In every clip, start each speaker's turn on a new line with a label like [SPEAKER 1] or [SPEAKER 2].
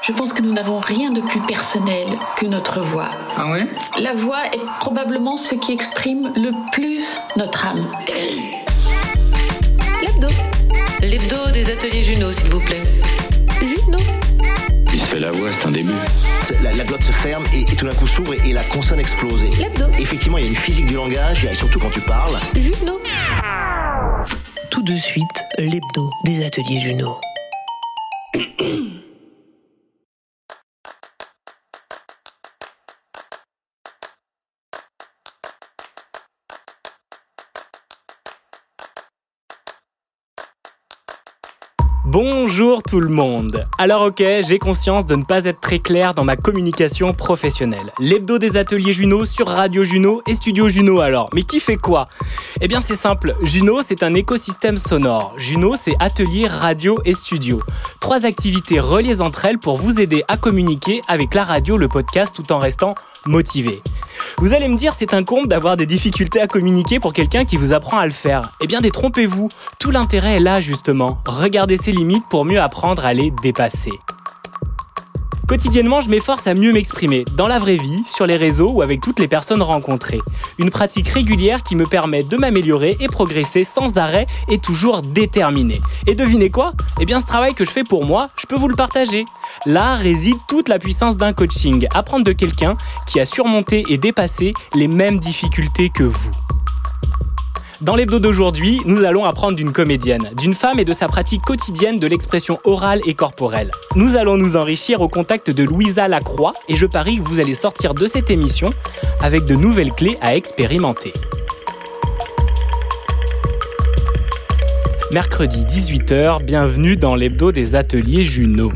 [SPEAKER 1] Je pense que nous n'avons rien de plus personnel que notre voix.
[SPEAKER 2] Ah ouais ?
[SPEAKER 1] La voix est probablement ce qui exprime le plus notre âme.
[SPEAKER 3] L'hebdo. L'hebdo des ateliers Junot, s'il vous plaît.
[SPEAKER 1] Junot.
[SPEAKER 4] Il se fait la voix, c'est un début.
[SPEAKER 5] La glotte se ferme et tout d'un coup s'ouvre et la consonne explose.
[SPEAKER 3] L'hebdo.
[SPEAKER 5] Effectivement, il y a une physique du langage, et surtout quand tu parles.
[SPEAKER 3] Junot.
[SPEAKER 6] Tout de suite, l'hebdo des ateliers Junot.
[SPEAKER 7] Bonjour tout le monde. Alors ok, j'ai conscience de ne pas être très clair dans ma communication professionnelle. L'hebdo des ateliers Junot sur Radio Junot et Studio Junot alors. Mais qui fait quoi ? Eh bien c'est simple, Junot c'est un écosystème sonore. Junot c'est atelier, radio et studio. 3 activités reliées entre elles pour vous aider à communiquer avec la radio, le podcast tout en restant motivé. Vous allez me dire, c'est un comble d'avoir des difficultés à communiquer pour quelqu'un qui vous apprend à le faire. Eh bien, détrompez-vous. Tout l'intérêt est là, justement. Regardez ses limites pour mieux apprendre à les dépasser. Quotidiennement, je m'efforce à mieux m'exprimer, dans la vraie vie, sur les réseaux ou avec toutes les personnes rencontrées. Une pratique régulière qui me permet de m'améliorer et progresser sans arrêt et toujours déterminé. Et devinez quoi ? Eh bien, ce travail que je fais pour moi, je peux vous le partager. Là réside toute la puissance d'un coaching, apprendre de quelqu'un qui a surmonté et dépassé les mêmes difficultés que vous. Dans l'hebdo d'aujourd'hui, nous allons apprendre d'une comédienne, d'une femme et de sa pratique quotidienne de l'expression orale et corporelle. Nous allons nous enrichir au contact de Louisa Lacroix et je parie que vous allez sortir de cette émission avec de nouvelles clés à expérimenter. Mercredi 18h, bienvenue dans l'hebdo des ateliers Junot.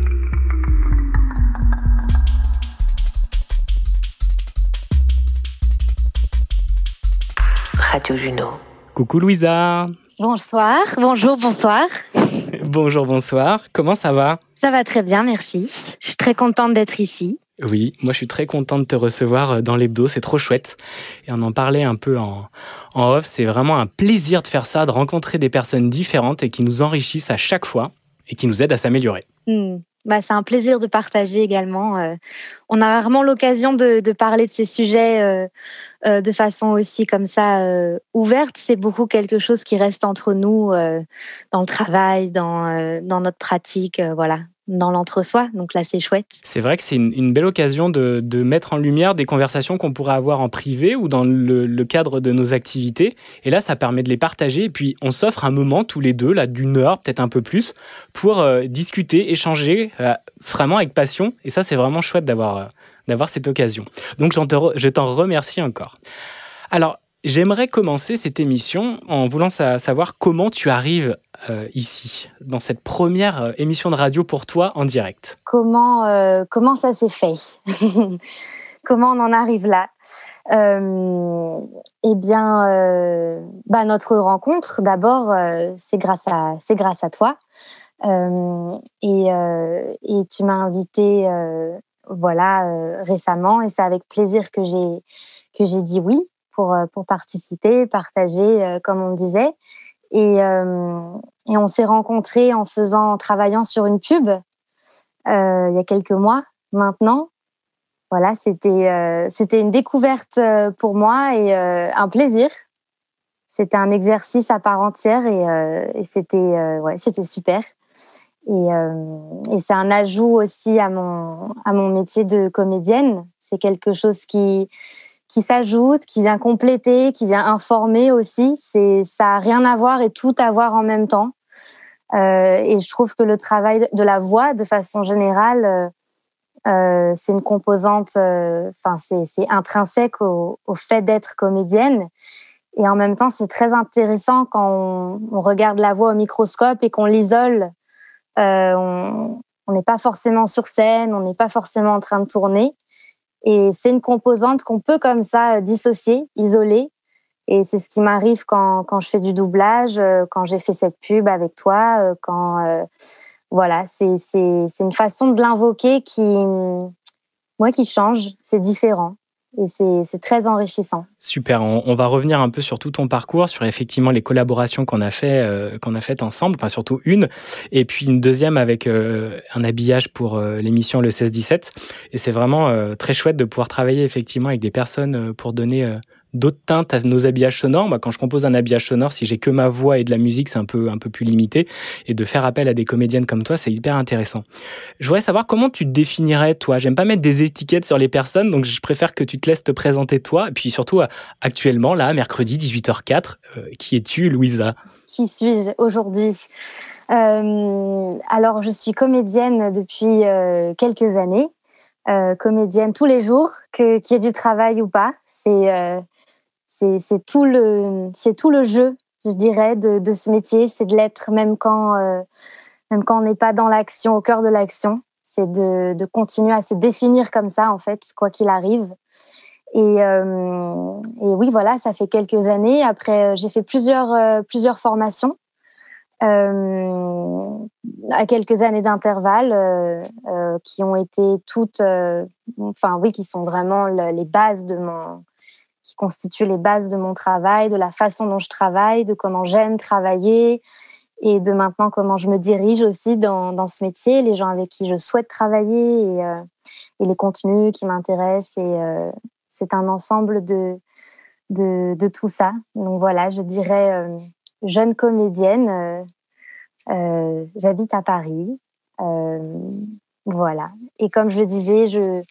[SPEAKER 6] Radio Junot.
[SPEAKER 7] Coucou Louisa.
[SPEAKER 8] Bonsoir, bonjour.
[SPEAKER 7] Bonjour, bonsoir. Comment ça va ?
[SPEAKER 8] Ça va très bien, merci. Je suis très contente d'être ici.
[SPEAKER 7] Oui, moi je suis très content de te recevoir dans l'hebdo, c'est trop chouette. Et on en parlait un peu en off, c'est vraiment un plaisir de faire ça, de rencontrer des personnes différentes et qui nous enrichissent à chaque fois et qui nous aident à s'améliorer.
[SPEAKER 8] C'est un plaisir de partager également. On a rarement l'occasion de parler de ces sujets de façon aussi comme ça ouverte. C'est beaucoup quelque chose qui reste entre nous dans le travail, dans notre pratique, dans l'entre-soi. Donc là, c'est chouette.
[SPEAKER 7] C'est vrai que c'est une belle occasion de mettre en lumière des conversations qu'on pourrait avoir en privé ou dans le cadre de nos activités. Et là, ça permet de les partager. Et puis, on s'offre un moment tous les deux, là, d'1 heure, peut-être un peu plus, pour discuter, échanger, vraiment avec passion. Et ça, c'est vraiment chouette d'avoir cette occasion. Donc, je t'en remercie encore. Alors, j'aimerais commencer cette émission en voulant savoir comment tu arrives ici, dans cette première émission de radio pour toi en direct.
[SPEAKER 8] Comment ça s'est fait ? Comment on en arrive là ? Notre rencontre, d'abord, c'est grâce à toi. Et tu m'as invitée récemment et c'est avec plaisir que j'ai dit oui pour participer, partager, comme on disait. Et on s'est rencontrés en travaillant sur une pub il y a quelques mois maintenant. Voilà, c'était une découverte pour moi et un plaisir. C'était un exercice à part entière et c'était super. Et c'est un ajout aussi à mon métier de comédienne. C'est quelque chose qui s'ajoute, qui vient compléter, qui vient informer aussi. Ça a rien à voir et tout à voir en même temps. Et je trouve que le travail de la voix, de façon générale, c'est une composante, c'est intrinsèque au fait d'être comédienne. Et en même temps, c'est très intéressant quand on regarde la voix au microscope et qu'on l'isole. On n'est pas forcément sur scène, on n'est pas forcément en train de tourner. Et c'est une composante qu'on peut comme ça dissocier, isoler. Et c'est ce qui m'arrive quand je fais du doublage, quand j'ai fait cette pub avec toi, c'est une façon de l'invoquer qui change, c'est différent. Et c'est très enrichissant.
[SPEAKER 7] Super, on va revenir un peu sur tout ton parcours, sur effectivement les collaborations qu'on a faites ensemble, enfin surtout une, et puis une deuxième avec un habillage pour l'émission le 16-17. Et c'est vraiment très chouette de pouvoir travailler effectivement avec des personnes pour donner d'autres teintes à nos habillages sonores. Moi, quand je compose un habillage sonore, si j'ai que ma voix et de la musique, c'est un peu plus limité. Et de faire appel à des comédiennes comme toi, c'est hyper intéressant. Je voudrais savoir comment tu te définirais, toi. J'aime pas mettre des étiquettes sur les personnes, donc je préfère que tu te laisses te présenter toi. Et puis surtout, actuellement, là, mercredi 18h04, qui es-tu, Louisa ?
[SPEAKER 8] Qui suis-je aujourd'hui ? Alors, je suis comédienne depuis quelques années. Comédienne tous les jours, qu'il y ait du travail ou pas. C'est tout le jeu, je dirais, de ce métier. C'est de l'être même quand on n'est pas dans l'action, au cœur de l'action. C'est de continuer à se définir comme ça, en fait, quoi qu'il arrive. Et oui, voilà, ça fait quelques années. Après, j'ai fait plusieurs formations à quelques années d'intervalle qui ont été toutes, qui sont vraiment les bases qui constituent les bases de mon travail, de la façon dont je travaille, de comment j'aime travailler et de maintenant comment je me dirige aussi dans ce métier, les gens avec qui je souhaite travailler et les contenus qui m'intéressent. Et c'est un ensemble de tout ça. Donc voilà, je dirais jeune comédienne, j'habite à Paris. Voilà. Et comme je le disais,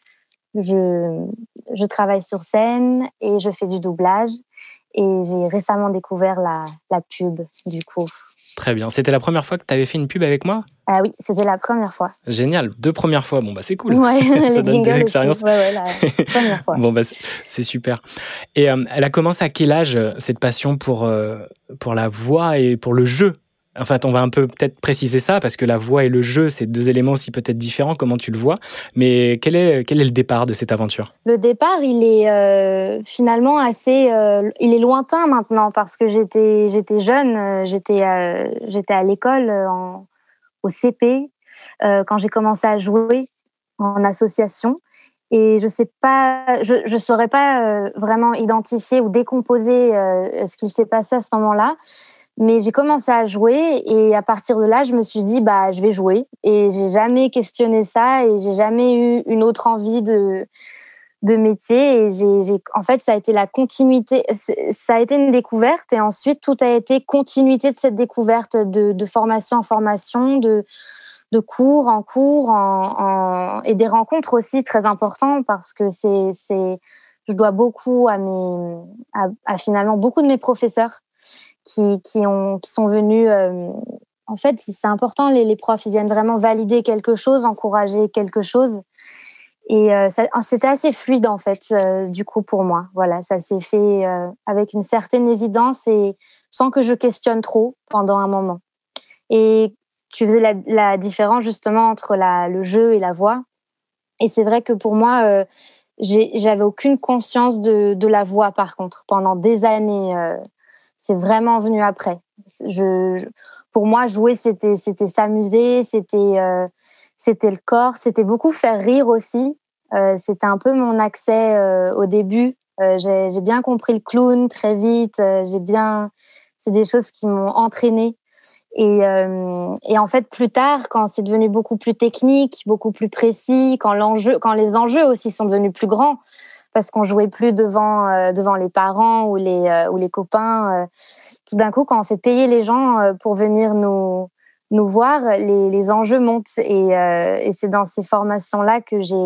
[SPEAKER 8] je travaille sur scène et je fais du doublage. Et j'ai récemment découvert la pub, du coup.
[SPEAKER 7] Très bien. C'était la première fois que tu avais fait une pub avec moi ?
[SPEAKER 8] Ah oui, c'était la première fois.
[SPEAKER 7] Génial. 2 premières fois. Bon, bah, c'est cool.
[SPEAKER 8] Ouais,
[SPEAKER 7] ça donne des expériences.
[SPEAKER 8] Aussi. Ouais, la première fois.
[SPEAKER 7] Bon, bah, c'est super. Et elle a commencé à quel âge, cette passion pour la voix et pour le jeu ? En fait, on va un peu peut-être préciser ça, parce que la voix et le jeu, c'est 2 éléments aussi peut-être différents, comment tu le vois. Mais quel est le départ de cette aventure ? Le
[SPEAKER 8] départ, il est finalement assez... il est lointain maintenant, parce que j'étais jeune, j'étais à l'école, au CP, quand j'ai commencé à jouer en association. Et je saurais pas vraiment identifier ou décomposer ce qu'il s'est passé à ce moment-là. Mais j'ai commencé à jouer et à partir de là, je me suis dit, je vais jouer. Et j'ai jamais questionné ça et j'ai jamais eu une autre envie de métier. Et en fait, ça a été la continuité. Ça a été une découverte et ensuite, tout a été continuité de cette découverte de formation en formation, de cours en cours et des rencontres aussi très importantes parce que je dois beaucoup à finalement beaucoup de mes professeurs qui sont venus. En fait, c'est important, les profs, ils viennent vraiment valider quelque chose, encourager quelque chose. Et c'était assez fluide, en fait, du coup, pour moi. Voilà, ça s'est fait avec une certaine évidence et sans que je questionne trop pendant un moment. Et tu faisais la différence, justement, entre le jeu et la voix. Et c'est vrai que pour moi, j'avais aucune conscience de la voix, par contre, pendant des années. C'est vraiment venu après. Pour moi, jouer, c'était s'amuser, c'était le corps, c'était beaucoup faire rire aussi. C'était un peu mon accès au début. J'ai bien compris le clown très vite. C'est des choses qui m'ont entraînée. Et en fait, plus tard, quand c'est devenu beaucoup plus technique, beaucoup plus précis, quand les enjeux aussi sont devenus plus grands, parce qu'on jouait plus devant les parents ou les copains. Tout d'un coup, quand on fait payer les gens pour venir nous voir, les enjeux montent. Et c'est dans ces formations-là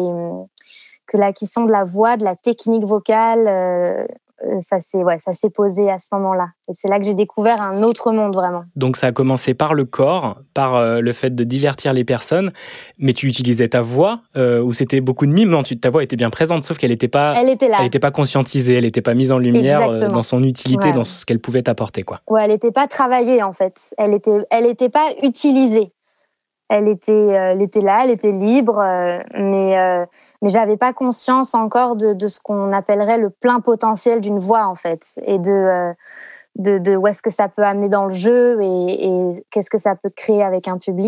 [SPEAKER 8] que l'acquisition de la voix, de la technique vocale, ça s'est posé à ce moment-là. Et c'est là que j'ai découvert un autre monde, vraiment.
[SPEAKER 7] Donc ça a commencé par le corps, par le fait de divertir les personnes, mais tu utilisais ta voix, ou c'était beaucoup de mime? Non, ta voix était bien présente, sauf qu'elle n'était pas,
[SPEAKER 8] elle était là.
[SPEAKER 7] Elle n'était pas conscientisée, elle n'était pas mise en lumière dans son utilité,
[SPEAKER 8] ouais.
[SPEAKER 7] Dans ce qu'elle pouvait apporter, quoi.
[SPEAKER 8] Ouais, elle n'était pas travaillée, en fait. Elle était pas utilisée. Elle était là, elle était libre, mais j'avais pas conscience encore de ce qu'on appellerait le plein potentiel d'une voix, en fait, et de où est-ce que ça peut amener dans le jeu et qu'est-ce que ça peut créer avec un public.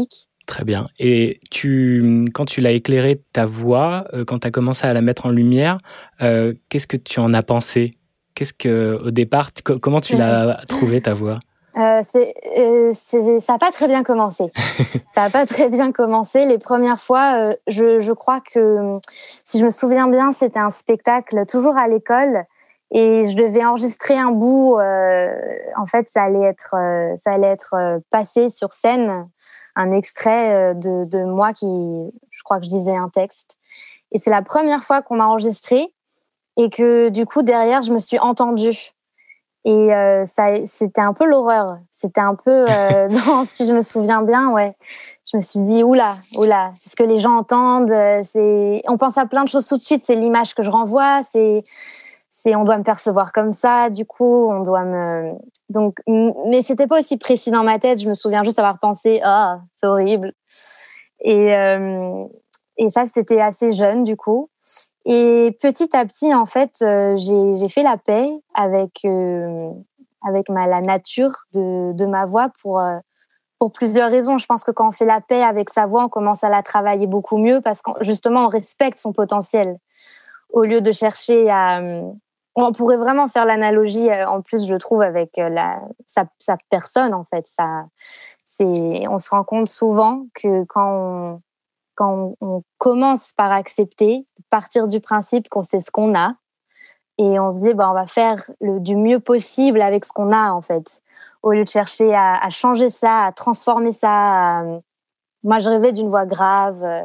[SPEAKER 7] Très bien. Et quand tu l'as éclairé, ta voix, quand tu as commencé à la mettre en lumière, qu'est-ce que tu en as pensé ? Au départ, comment tu l'as trouvée, ta voix ?
[SPEAKER 8] Ça n'a pas très bien commencé. Ça n'a pas très bien commencé. Les premières fois, je crois que, si je me souviens bien, c'était un spectacle toujours à l'école et je devais enregistrer un bout. En fait, ça allait être passé sur scène, un extrait de moi je crois que je disais un texte. Et c'est la première fois qu'on m'a enregistré et que du coup, derrière, je me suis entendue. Et c'était un peu l'horreur. C'était un peu, non, si je me souviens bien, ouais. Je me suis dit, oula, c'est ce que les gens entendent. On pense à plein de choses tout de suite. C'est l'image que je renvoie. On doit me percevoir comme ça. Du coup, on doit donc, mais c'était pas aussi précis dans ma tête. Je me souviens juste avoir pensé, c'est horrible. Et ça, c'était assez jeune, du coup. Et petit à petit, en fait, j'ai fait la paix avec la nature de ma voix pour plusieurs raisons. Je pense que quand on fait la paix avec sa voix, on commence à la travailler beaucoup mieux parce que justement, on respecte son potentiel au lieu de chercher à... On pourrait vraiment faire l'analogie, en plus, je trouve, avec sa personne, en fait. On se rend compte souvent que quand on commence par accepter, partir du principe qu'on sait ce qu'on a, et on se dit, on va faire du mieux possible avec ce qu'on a, en fait, au lieu de chercher à changer ça, à transformer ça. Moi, je rêvais d'une voix grave,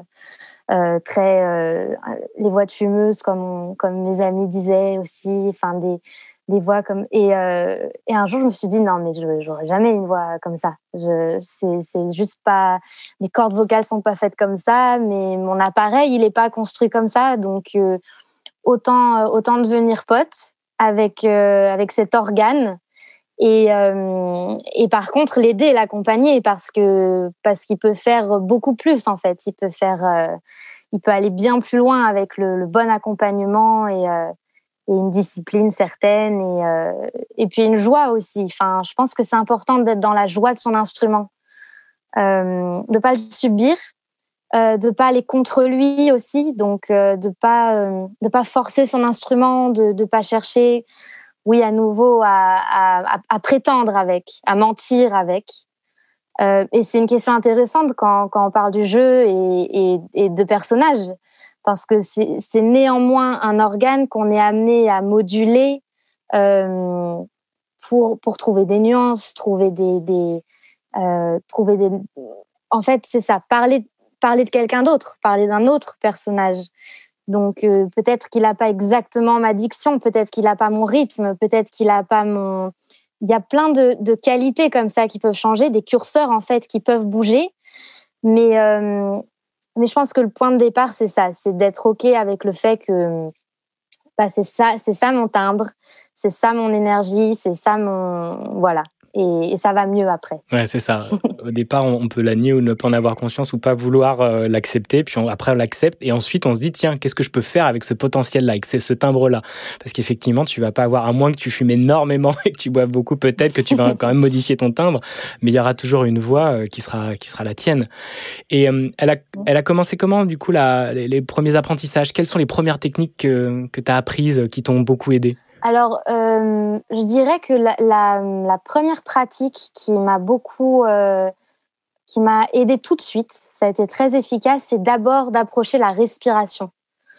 [SPEAKER 8] les voix de fumeuses, comme mes amis disaient aussi, enfin des voix comme... Et un jour, je me suis dit, non, mais j'aurais jamais une voix comme ça. C'est juste pas... Mes cordes vocales sont pas faites comme ça, mais mon appareil, il est pas construit comme ça. Donc, autant devenir pote avec cet organe et par contre, l'aider et l'accompagner parce qu'il peut faire beaucoup plus, en fait. Il peut aller bien plus loin avec le bon accompagnement et une discipline certaine et puis une joie aussi. Enfin, je pense que c'est important d'être dans la joie de son instrument, de pas le subir, de pas aller contre lui aussi, donc de pas forcer son instrument, de pas chercher, oui, à nouveau à prétendre avec, à mentir avec. Et c'est une question intéressante quand on parle du jeu et de personnages. Parce que c'est néanmoins un organe qu'on est amené à moduler pour trouver des nuances, en fait, c'est ça, parler de quelqu'un d'autre, parler d'un autre personnage. Donc, peut-être qu'il n'a pas exactement ma diction, peut-être qu'il n'a pas mon rythme, peut-être qu'il n'a pas mon... Il y a plein de qualités comme ça qui peuvent changer, des curseurs, en fait, qui peuvent bouger. Mais je pense que le point de départ, c'est ça, c'est d'être OK avec le fait que c'est ça mon timbre, c'est ça mon énergie, c'est ça mon... Voilà. Et ça va mieux après.
[SPEAKER 7] Ouais, c'est ça. Au départ, on peut la nier ou ne pas en avoir conscience ou pas vouloir l'accepter. Puis après, on l'accepte. Et ensuite, on se dit, tiens, qu'est-ce que je peux faire avec ce potentiel-là, avec ce timbre-là ? Parce qu'effectivement, tu vas pas avoir, à moins que tu fumes énormément et que tu boives beaucoup, peut-être que tu vas quand même modifier ton timbre. Mais il y aura toujours une voix qui sera la tienne. Et elle a commencé comment, du coup, les premiers apprentissages ? Quelles sont les premières techniques que tu as apprises qui t'ont beaucoup aidé ?
[SPEAKER 8] Alors, je dirais que la première pratique qui m'a aidée tout de suite, ça a été très efficace, c'est d'abord d'approcher la respiration.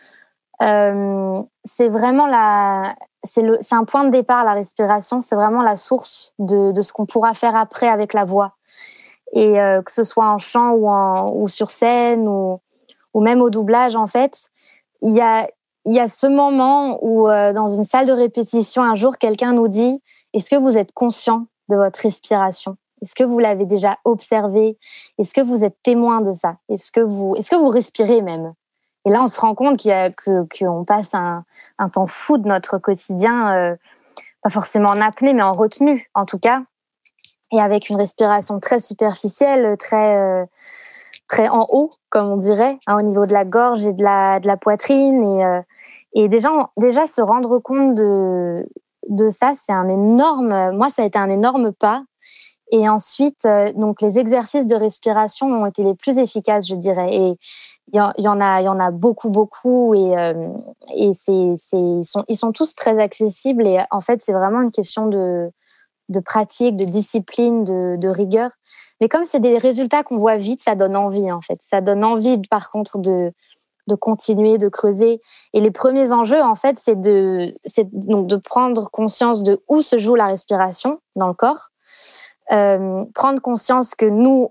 [SPEAKER 8] C'est vraiment c'est un point de départ, la respiration, c'est vraiment la source de ce qu'on pourra faire après avec la voix. Et que ce soit en chant ou sur scène ou même au doublage, en fait, il y a ce moment où, dans une salle de répétition, un jour, quelqu'un nous dit « Est-ce que vous êtes conscient de votre respiration ? Est-ce que vous l'avez déjà observé ? Est-ce que vous êtes témoin de ça ? Est-ce que vous respirez même ?» Et là, on se rend compte qu'on passe un temps fou de notre quotidien, pas forcément en apnée, mais en retenue, en tout cas, et avec une respiration très superficielle, très en haut, comme on dirait, hein, au niveau de la gorge et de la poitrine. Et déjà se rendre compte de ça, moi, ça a été un énorme pas. Et ensuite, donc les exercices de respiration ont été les plus efficaces, je dirais. Et il y en a beaucoup. Et ils sont tous très accessibles. Et en fait, c'est vraiment une question de pratique, de discipline, de rigueur. Mais comme c'est des résultats qu'on voit vite, ça donne envie, en fait. Ça donne envie, par contre, de continuer, de creuser. Et les premiers enjeux, en fait, c'est donc de prendre conscience de où se joue la respiration dans le corps. Prendre conscience que nous,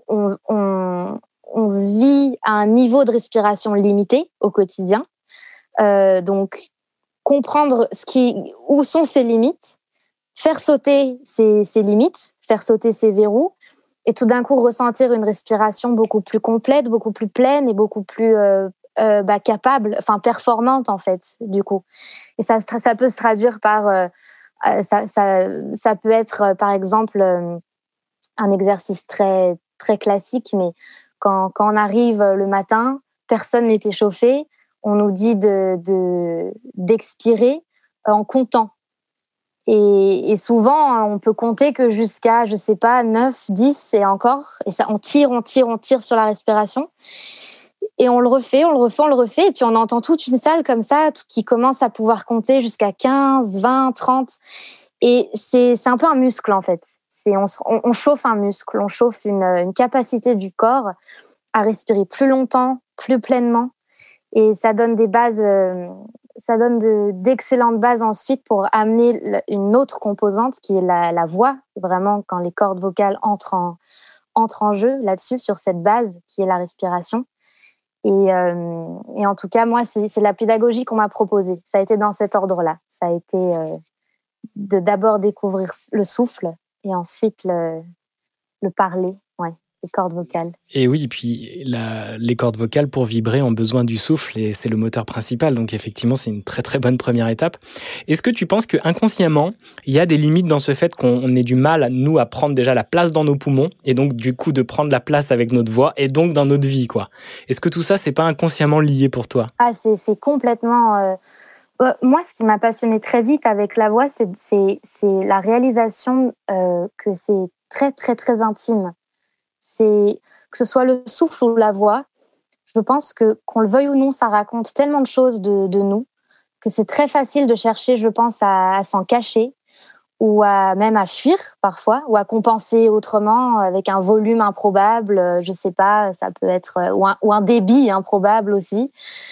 [SPEAKER 8] on vit à un niveau de respiration limité au quotidien. Donc, comprendre où sont ses limites, faire sauter ses limites, faire sauter ses verrous, et tout d'un coup ressentir une respiration beaucoup plus complète, beaucoup plus pleine et beaucoup plus capable, enfin performante en fait, du coup. Et ça peut se traduire par... ça peut être, par exemple, un exercice très, très classique, mais quand on arrive le matin, personne n'est échauffé, on nous dit d'expirer en comptant. Et souvent, on peut compter que jusqu'à, 9, 10, et encore. Et ça, on tire sur la respiration. Et on le refait. Et puis, on entend toute une salle comme ça qui commence à pouvoir compter jusqu'à 15, 20, 30. Et c'est un peu un muscle, en fait. On chauffe un muscle, on chauffe une capacité du corps à respirer plus longtemps, plus pleinement. Et ça donne des bases... ça donne d'excellentes bases ensuite pour amener une autre composante qui est la voix, vraiment quand les cordes vocales entrent en jeu là-dessus, sur cette base qui est la respiration. Et en tout cas, moi, c'est la pédagogie qu'on m'a proposée. Ça a été dans cet ordre-là. Ça a été de d'abord découvrir le souffle et ensuite le parler, les cordes vocales.
[SPEAKER 7] Et oui, puis les cordes vocales, pour vibrer, ont besoin du souffle et c'est le moteur principal. Donc effectivement, c'est une très très bonne première étape. Est-ce que tu penses qu'inconsciemment, il y a des limites dans ce fait qu'on ait du mal, nous, à prendre déjà la place dans nos poumons et donc du coup de prendre la place avec notre voix et donc dans notre vie, quoi. Est-ce que tout ça, c'est pas inconsciemment lié pour toi ?
[SPEAKER 8] Ah, c'est complètement... Moi, ce qui m'a passionnée très vite avec la voix, c'est la réalisation que c'est très très très intime. C'est que ce soit le souffle ou la voix, je pense que qu'on le veuille ou non, ça raconte tellement de choses de nous que c'est très facile de chercher, je pense, à s'en cacher ou même à fuir parfois ou à compenser autrement avec un volume improbable, je sais pas, ça peut être ou un débit improbable aussi.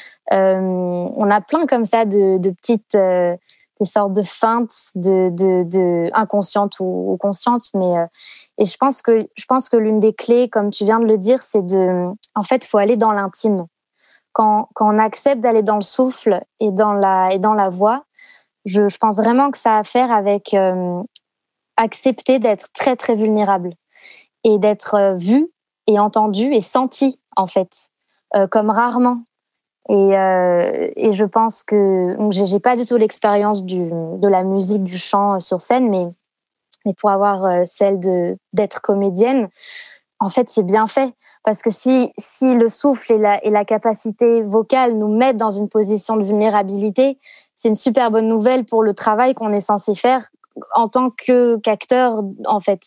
[SPEAKER 8] On a plein comme ça de petites des sortes de feintes de inconscientes ou conscientes, mais et je pense que l'une des clés, comme tu viens de le dire, c'est en fait, faut aller dans l'intime. Quand on accepte d'aller dans le souffle et dans la voix, je pense vraiment que ça a à faire avec accepter d'être très très vulnérable et d'être vu et entendu et senti en fait, comme rarement. Et je pense que donc j'ai pas du tout l'expérience de la musique, du chant sur scène, mais pour avoir celle d'être comédienne, en fait, c'est bien fait. Parce que si le souffle et la capacité vocale nous mettent dans une position de vulnérabilité, c'est une super bonne nouvelle pour le travail qu'on est censé faire en tant qu'acteur, en fait.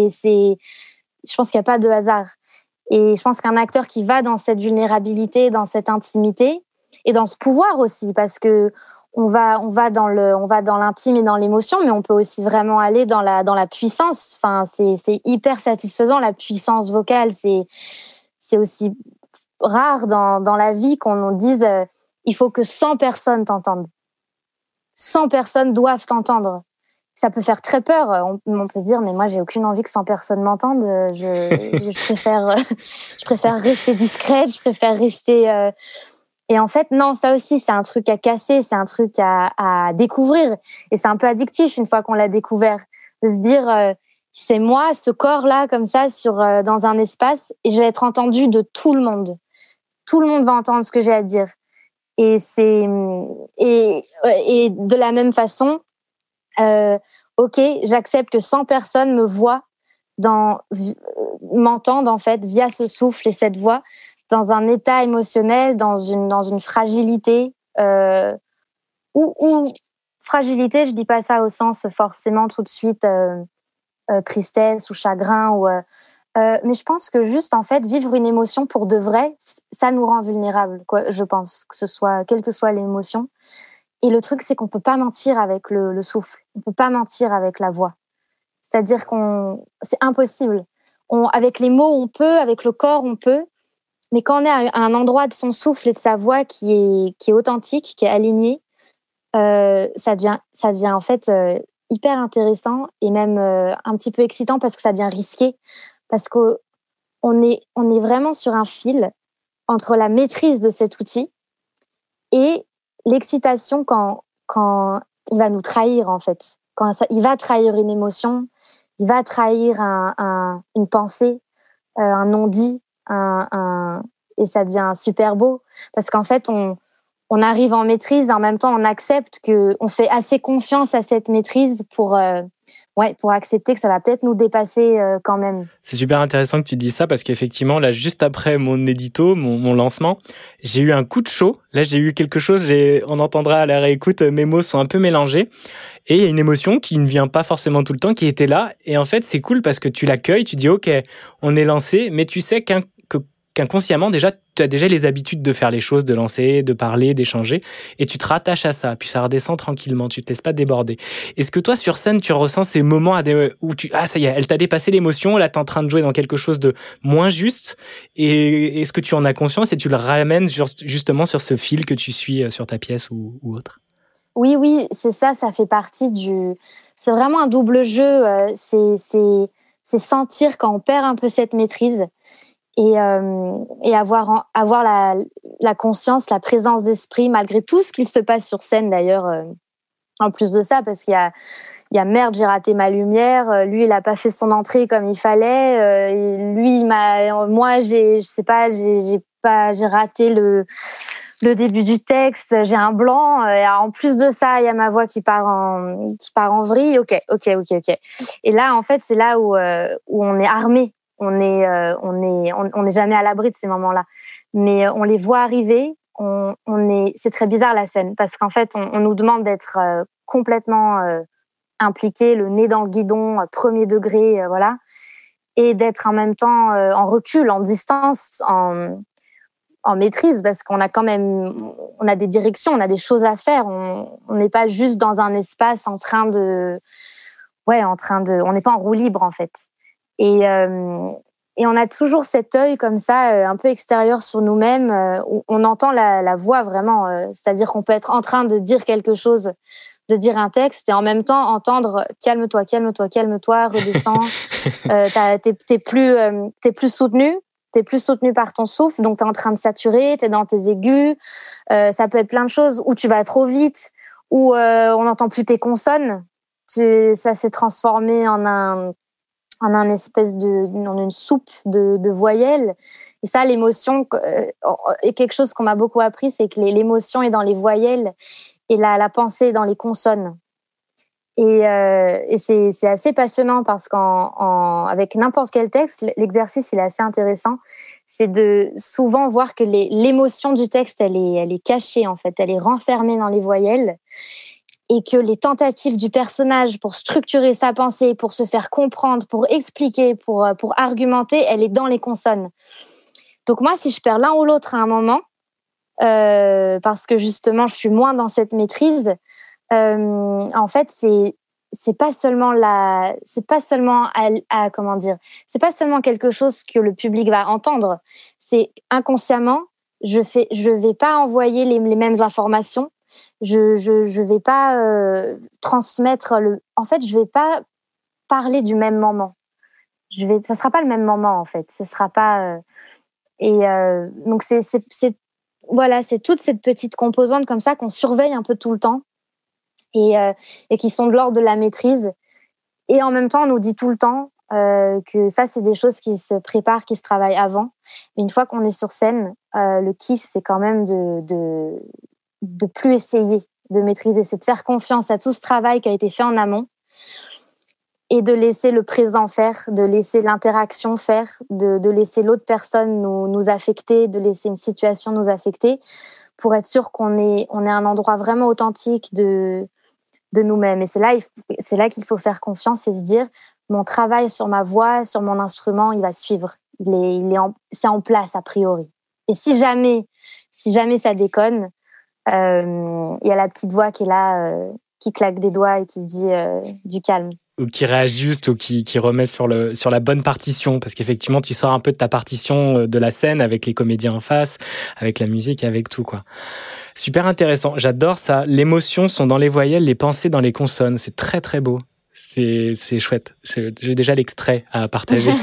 [SPEAKER 8] Je pense qu'il n'y a pas de hasard. Et je pense qu'un acteur qui va dans cette vulnérabilité, dans cette intimité, et dans ce pouvoir aussi, parce que on va dans l'intime et dans l'émotion, mais on peut aussi vraiment aller dans la puissance. Enfin, c'est hyper satisfaisant, la puissance vocale. C'est aussi rare dans la vie qu'on nous dise il faut que 100 personnes t'entendent. 100 personnes doivent t'entendre. Ça peut faire très peur. On peut se dire, mais moi, j'ai aucune envie que 100 personnes m'entendent. Je préfère rester discrète, je préfère rester... Et en fait, non, ça aussi, c'est un truc à casser, c'est un truc à découvrir. Et c'est un peu addictif une fois qu'on l'a découvert. De se dire, c'est moi, ce corps-là, comme ça, dans un espace, et je vais être entendue de tout le monde. Tout le monde va entendre ce que j'ai à dire. Et de la même façon, ok, j'accepte que 100 personnes me voient, m'entendent en fait via ce souffle et cette voix, dans un état émotionnel, dans une fragilité, ou fragilité, je dis pas ça au sens forcément tout de suite tristesse ou chagrin. Mais je pense que juste, en fait, vivre une émotion pour de vrai, ça nous rend vulnérables, quoi, je pense, quelle que soit l'émotion. Et le truc, c'est qu'on ne peut pas mentir avec le souffle. On ne peut pas mentir avec la voix. C'est-à-dire c'est impossible. Avec les mots, on peut, avec le corps, on peut. Mais quand on est à un endroit de son souffle et de sa voix qui est authentique, qui est aligné, ça devient en fait hyper intéressant et même un petit peu excitant parce que ça devient risqué. Parce qu'on est vraiment sur un fil entre la maîtrise de cet outil et l'excitation quand il va nous trahir, en fait. Il va trahir une émotion, il va trahir une pensée, un non-dit, et ça devient super beau. Parce qu'en fait, on arrive en maîtrise, en même temps, on accepte qu'on fait assez confiance à cette maîtrise pour accepter que ça va peut-être nous dépasser quand même.
[SPEAKER 7] C'est super intéressant que tu dises ça parce qu'effectivement, là, juste après mon édito, mon lancement, j'ai eu un coup de chaud. Là, j'ai eu quelque chose, on entendra à la réécoute, mes mots sont un peu mélangés. Et il y a une émotion qui ne vient pas forcément tout le temps, qui était là. Et en fait, c'est cool parce que tu l'accueilles, tu dis, OK, on est lancé, mais tu sais qu'inconsciemment, déjà, tu as déjà les habitudes de faire les choses, de lancer, de parler, d'échanger, et tu te rattaches à ça, puis ça redescend tranquillement, tu te laisses pas déborder. Est-ce que toi, sur scène, tu ressens ces moments où ça y est, elle t'a dépassé l'émotion, là, t'es en train de jouer dans quelque chose de moins juste, et est-ce que tu en as conscience et tu le ramènes justement sur ce fil que tu suis sur ta pièce ou autre?
[SPEAKER 8] Oui, c'est ça fait partie c'est vraiment un double jeu, c'est sentir quand on perd un peu cette maîtrise, et avoir la conscience, la présence d'esprit, malgré tout ce qu'il se passe sur scène d'ailleurs, en plus de ça, parce qu'il y a merde, j'ai raté ma lumière, lui il a pas fait son entrée comme il fallait, j'ai raté le début du texte, j'ai un blanc, et en plus de ça il y a ma voix qui part en vrille. Ok. Et là en fait c'est là où on est armé. On n'est jamais à l'abri de ces moments-là, mais on les voit arriver. C'est très bizarre la scène parce qu'en fait, on nous demande d'être complètement impliqué, le nez dans le guidon, premier degré, voilà, et d'être en même temps en recul, en distance, en maîtrise, parce qu'on a quand même, on a des directions, on a des choses à faire. On n'est pas juste dans un espace on n'est pas en roue libre en fait. Et on a toujours cet œil comme ça, un peu extérieur sur nous-mêmes, où on entend la voix vraiment. C'est-à-dire qu'on peut être en train de dire quelque chose, de dire un texte, et en même temps entendre « calme-toi, redescends ». T'es plus soutenu. T'es plus soutenu par ton souffle, donc t'es en train de saturer, t'es dans tes aigus. Ça peut être plein de choses, où tu vas trop vite, où on n'entend plus tes consonnes. Ça s'est transformé en une soupe de voyelles. Et ça, l'émotion est quelque chose qu'on m'a beaucoup appris, c'est que l'émotion est dans les voyelles et la pensée est dans les consonnes. Et c'est assez passionnant parce qu'avec n'importe quel texte, l'exercice il est assez intéressant. C'est de souvent voir que l'émotion du texte, elle est cachée en fait, elle est renfermée dans les voyelles. Et que les tentatives du personnage pour structurer sa pensée, pour se faire comprendre, pour expliquer, pour argumenter, elle est dans les consonnes. Donc moi, si je perds l'un ou l'autre à un moment, parce que justement, je suis moins dans cette maîtrise, en fait, c'est pas seulement c'est pas seulement quelque chose que le public va entendre. C'est inconsciemment, je vais pas envoyer les mêmes informations. Je vais pas transmettre en fait, je vais pas parler du même moment. Ça sera pas le même moment en fait. Ce sera pas donc c'est toute cette petite composante comme ça qu'on surveille un peu tout le temps et qui sont de l'ordre de la maîtrise. Et en même temps, on nous dit tout le temps que ça, c'est des choses qui se préparent, qui se travaillent avant. Mais une fois qu'on est sur scène, le kiff, c'est quand même de plus essayer de maîtriser, c'est de faire confiance à tout ce travail qui a été fait en amont et de laisser le présent faire, de laisser l'interaction faire, de laisser l'autre personne nous affecter, de laisser une situation nous affecter pour être sûr qu'on est un endroit vraiment authentique de nous-mêmes. Et c'est là qu'il faut faire confiance et se dire mon travail sur ma voix, sur mon instrument, il va suivre. C'est en place a priori. Et si jamais ça déconne, il y a la petite voix qui est là, qui claque des doigts et qui dit du calme.
[SPEAKER 7] Ou qui réajuste ou qui remet sur la bonne partition, parce qu'effectivement tu sors un peu de ta partition de la scène avec les comédiens en face, avec la musique et avec tout, quoi. Super intéressant, j'adore ça. L'émotion sont dans les voyelles, les pensées dans les consonnes. C'est très très beau. C'est chouette. J'ai déjà l'extrait à partager.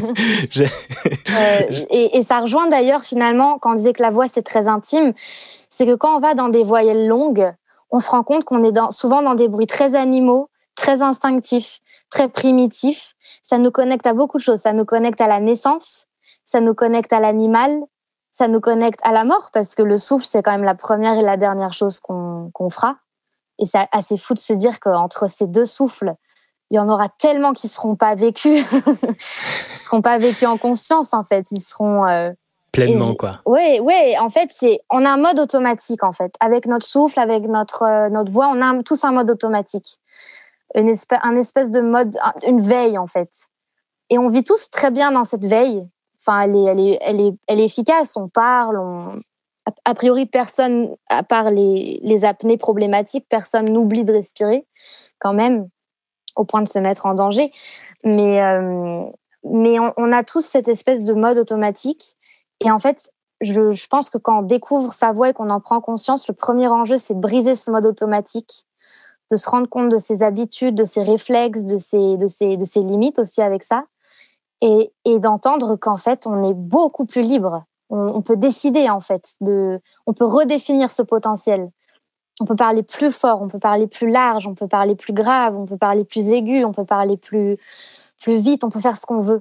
[SPEAKER 8] Et ça rejoint d'ailleurs finalement quand on disait que la voix c'est très intime, c'est que quand on va dans des voyelles longues, on se rend compte qu'on est souvent dans des bruits très animaux, très instinctifs, très primitifs. Ça nous connecte à beaucoup de choses. Ça nous connecte à la naissance, ça nous connecte à l'animal, ça nous connecte à la mort, parce que le souffle, c'est quand même la première et la dernière chose qu'on fera. Et c'est assez fou de se dire qu'entre ces deux souffles, il y en aura tellement qui ne seront pas vécus, qui ne seront pas vécus en conscience, en fait. Ils seront...
[SPEAKER 7] pleinement, quoi.
[SPEAKER 8] Oui, en fait, on a un mode automatique, en fait. Avec notre souffle, avec notre voix, on a tous un mode automatique. Un espèce de mode, une veille, en fait. Et on vit tous très bien dans cette veille. Enfin, elle est efficace. On parle, a priori, personne, à part les apnées problématiques, personne n'oublie de respirer, quand même, au point de se mettre en danger. Mais on a tous cette espèce de mode automatique. Et en fait, je pense que quand on découvre sa voix et qu'on en prend conscience, le premier enjeu, c'est de briser ce mode automatique, de se rendre compte de ses habitudes, de ses réflexes, de ses limites aussi avec ça, et d'entendre qu'en fait, on est beaucoup plus libre. On peut décider, en fait, on peut redéfinir ce potentiel. On peut parler plus fort, on peut parler plus large, on peut parler plus grave, on peut parler plus aigu, on peut parler plus vite, on peut faire ce qu'on veut.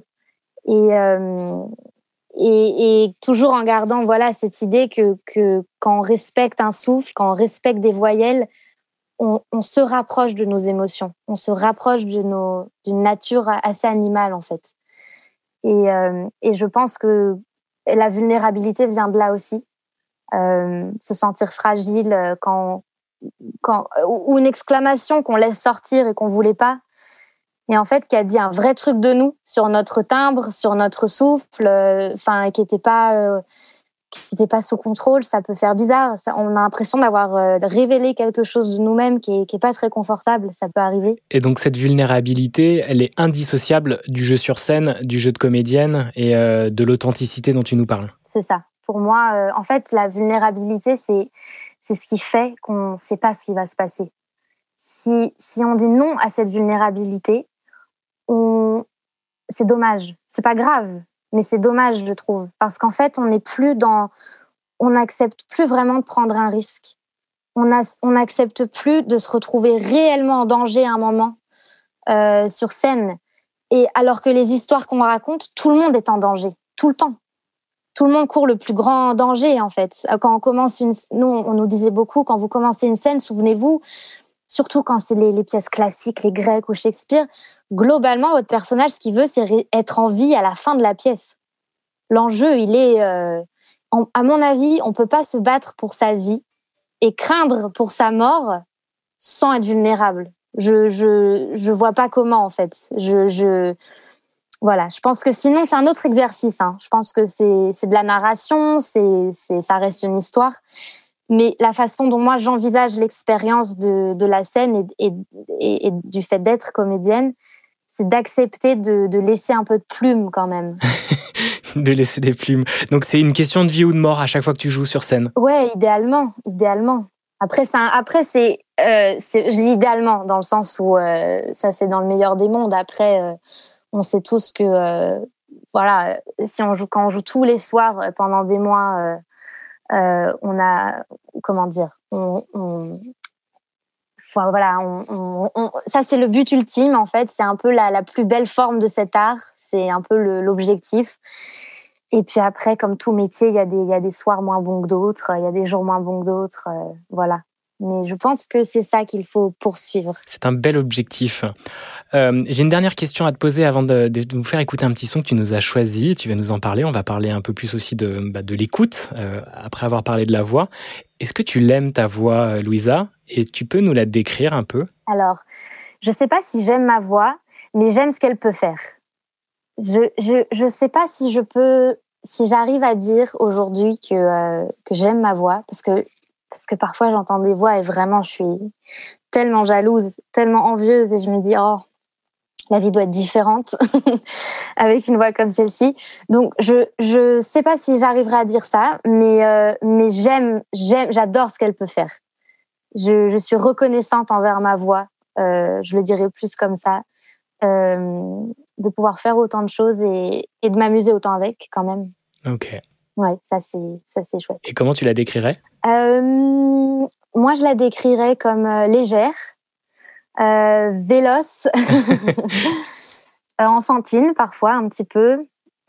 [SPEAKER 8] Et toujours en gardant cette idée que quand on respecte un souffle, quand on respecte des voyelles, on se rapproche de nos émotions, on se rapproche d'une nature assez animale, en fait. Et je pense que la vulnérabilité vient de là aussi. Se sentir fragile ou une exclamation qu'on laisse sortir et qu'on voulait pas, et en fait qui a dit un vrai truc de nous sur notre timbre, sur notre souffle, qui était pas sous contrôle. Ça peut faire bizarre, on a l'impression d'avoir révélé quelque chose de nous-mêmes qui est pas très confortable. Ça peut arriver. Et
[SPEAKER 7] donc cette vulnérabilité, elle est indissociable du jeu sur scène, du jeu de comédienne et de l'authenticité dont tu nous parles.
[SPEAKER 8] C'est ça. Pour moi, en fait, la vulnérabilité, c'est ce qui fait qu'on ne sait pas ce qui va se passer. Si on dit non à cette vulnérabilité, c'est dommage. C'est pas grave, mais c'est dommage, je trouve. Parce qu'en fait, on n'accepte plus vraiment de prendre un risque. On n'accepte plus de se retrouver réellement en danger à un moment sur scène. Et alors que les histoires qu'on raconte, tout le monde est en danger, tout le temps. Tout le monde court le plus grand danger, en fait. Quand on commence nous, on nous disait beaucoup, quand vous commencez une scène, souvenez-vous, surtout quand c'est les pièces classiques, les Grecs ou Shakespeare, globalement, votre personnage, ce qu'il veut, c'est être en vie à la fin de la pièce. L'enjeu, il est... à mon avis, on ne peut pas se battre pour sa vie et craindre pour sa mort sans être vulnérable. Je vois pas comment, en fait. Voilà, je pense que sinon, c'est un autre exercice. Je pense que c'est de la narration, ça reste une histoire. Mais la façon dont moi, j'envisage l'expérience de la scène et du fait d'être comédienne, c'est d'accepter de laisser un peu de plume quand même.
[SPEAKER 7] De laisser des plumes. Donc, c'est une question de vie ou de mort à chaque fois que tu joues sur scène.
[SPEAKER 8] Ouais, idéalement. Après, je dis idéalement, dans le sens où ça, c'est dans le meilleur des mondes. Après... on sait tous que, quand on joue tous les soirs pendant des mois, on a, comment dire, ça c'est le but ultime, en fait. C'est un peu la plus belle forme de cet art. C'est un peu l'objectif. Et puis après, comme tout métier, il y a des soirs moins bons que d'autres, il y a des jours moins bons que d'autres, voilà. Mais je pense que c'est ça qu'il faut poursuivre.
[SPEAKER 7] C'est un bel objectif. J'ai une dernière question à te poser avant de nous faire écouter un petit son que tu nous as choisi. Tu vas nous en parler. On va parler un peu plus aussi de l'écoute, après avoir parlé de la voix. Est-ce que tu l'aimes, ta voix, Louisa ? Et tu peux nous la décrire un peu ?
[SPEAKER 8] Alors, je ne sais pas si j'aime ma voix, mais j'aime ce qu'elle peut faire. Je sais pas si j'arrive à dire aujourd'hui que j'aime ma voix, parce que parfois j'entends des voix et vraiment je suis tellement jalouse, tellement envieuse et je me dis oh, la vie doit être différente avec une voix comme celle-ci. Donc je sais pas si j'arriverai à dire ça, mais j'adore ce qu'elle peut faire. Je suis reconnaissante envers ma voix, je le dirais plus comme ça, de pouvoir faire autant de choses et de m'amuser autant avec quand même.
[SPEAKER 7] Ok.
[SPEAKER 8] Ouais, ça c'est chouette.
[SPEAKER 7] Et comment tu la décrirais ?
[SPEAKER 8] Moi, je la décrirais comme légère, véloce, enfantine parfois un petit peu,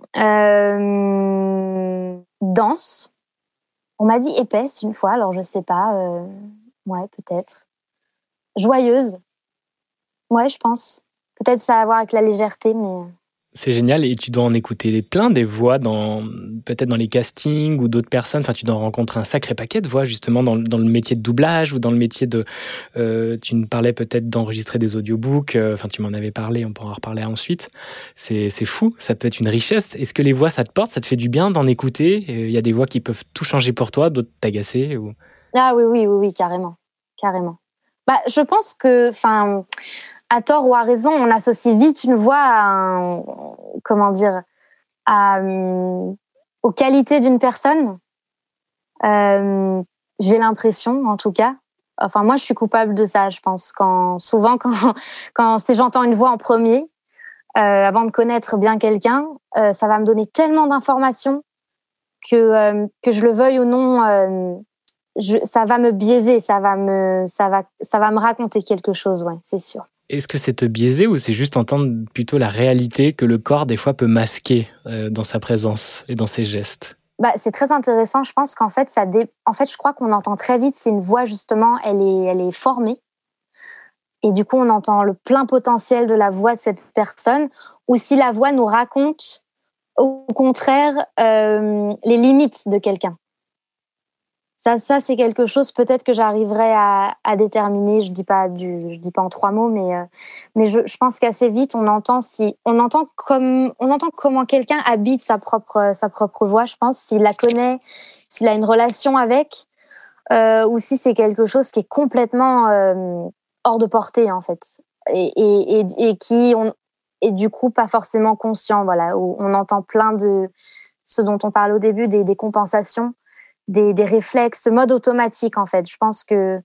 [SPEAKER 8] dense. On m'a dit épaisse une fois, alors je sais pas. Ouais, peut-être. Joyeuse. Ouais, je pense. Peut-être ça a à voir avec la légèreté, mais...
[SPEAKER 7] C'est génial, et tu dois en écouter plein des voix, peut-être dans les castings ou d'autres personnes. Enfin, tu dois rencontrer un sacré paquet de voix, justement, dans le métier de doublage ou dans le métier de... tu nous parlais peut-être d'enregistrer des audiobooks. Enfin, tu m'en avais parlé, on pourra en reparler ensuite. C'est fou, ça peut être une richesse. Est-ce que les voix, ça te porte, ça te fait du bien d'en écouter ? Il y a des voix qui peuvent tout changer pour toi, d'autres t'agacer ou...
[SPEAKER 8] Ah oui, carrément. Bah, je pense que... à tort ou à raison, on associe vite une voix aux qualités d'une personne. J'ai l'impression, en tout cas. Enfin, moi, je suis coupable de ça, je pense. Souvent, si j'entends une voix en premier, avant de connaître bien quelqu'un, ça va me donner tellement d'informations que je le veuille ou non, ça va me biaiser, ça va me raconter quelque chose, ouais, c'est sûr.
[SPEAKER 7] Est-ce que c'est te biaiser ou c'est juste entendre plutôt la réalité que le corps, des fois, peut masquer dans sa présence et dans ses gestes ?
[SPEAKER 8] Bah, c'est très intéressant. Je pense qu'en fait, je crois qu'on entend très vite si une voix, justement, elle est formée. Et du coup, on entend le plein potentiel de la voix de cette personne, ou si la voix nous raconte, au contraire, les limites de quelqu'un. Ça, c'est quelque chose peut-être que j'arriverai à déterminer. Je dis pas en 3 mots, mais je pense qu'assez vite on entend comment quelqu'un habite sa propre voix. Je pense s'il la connaît, s'il a une relation avec, ou si c'est quelque chose qui est complètement hors de portée en fait, et qui est du coup pas forcément conscient. Voilà, où on entend plein de ce dont on parlait au début, des compensations. Des réflexes, mode automatique en fait. Je pense,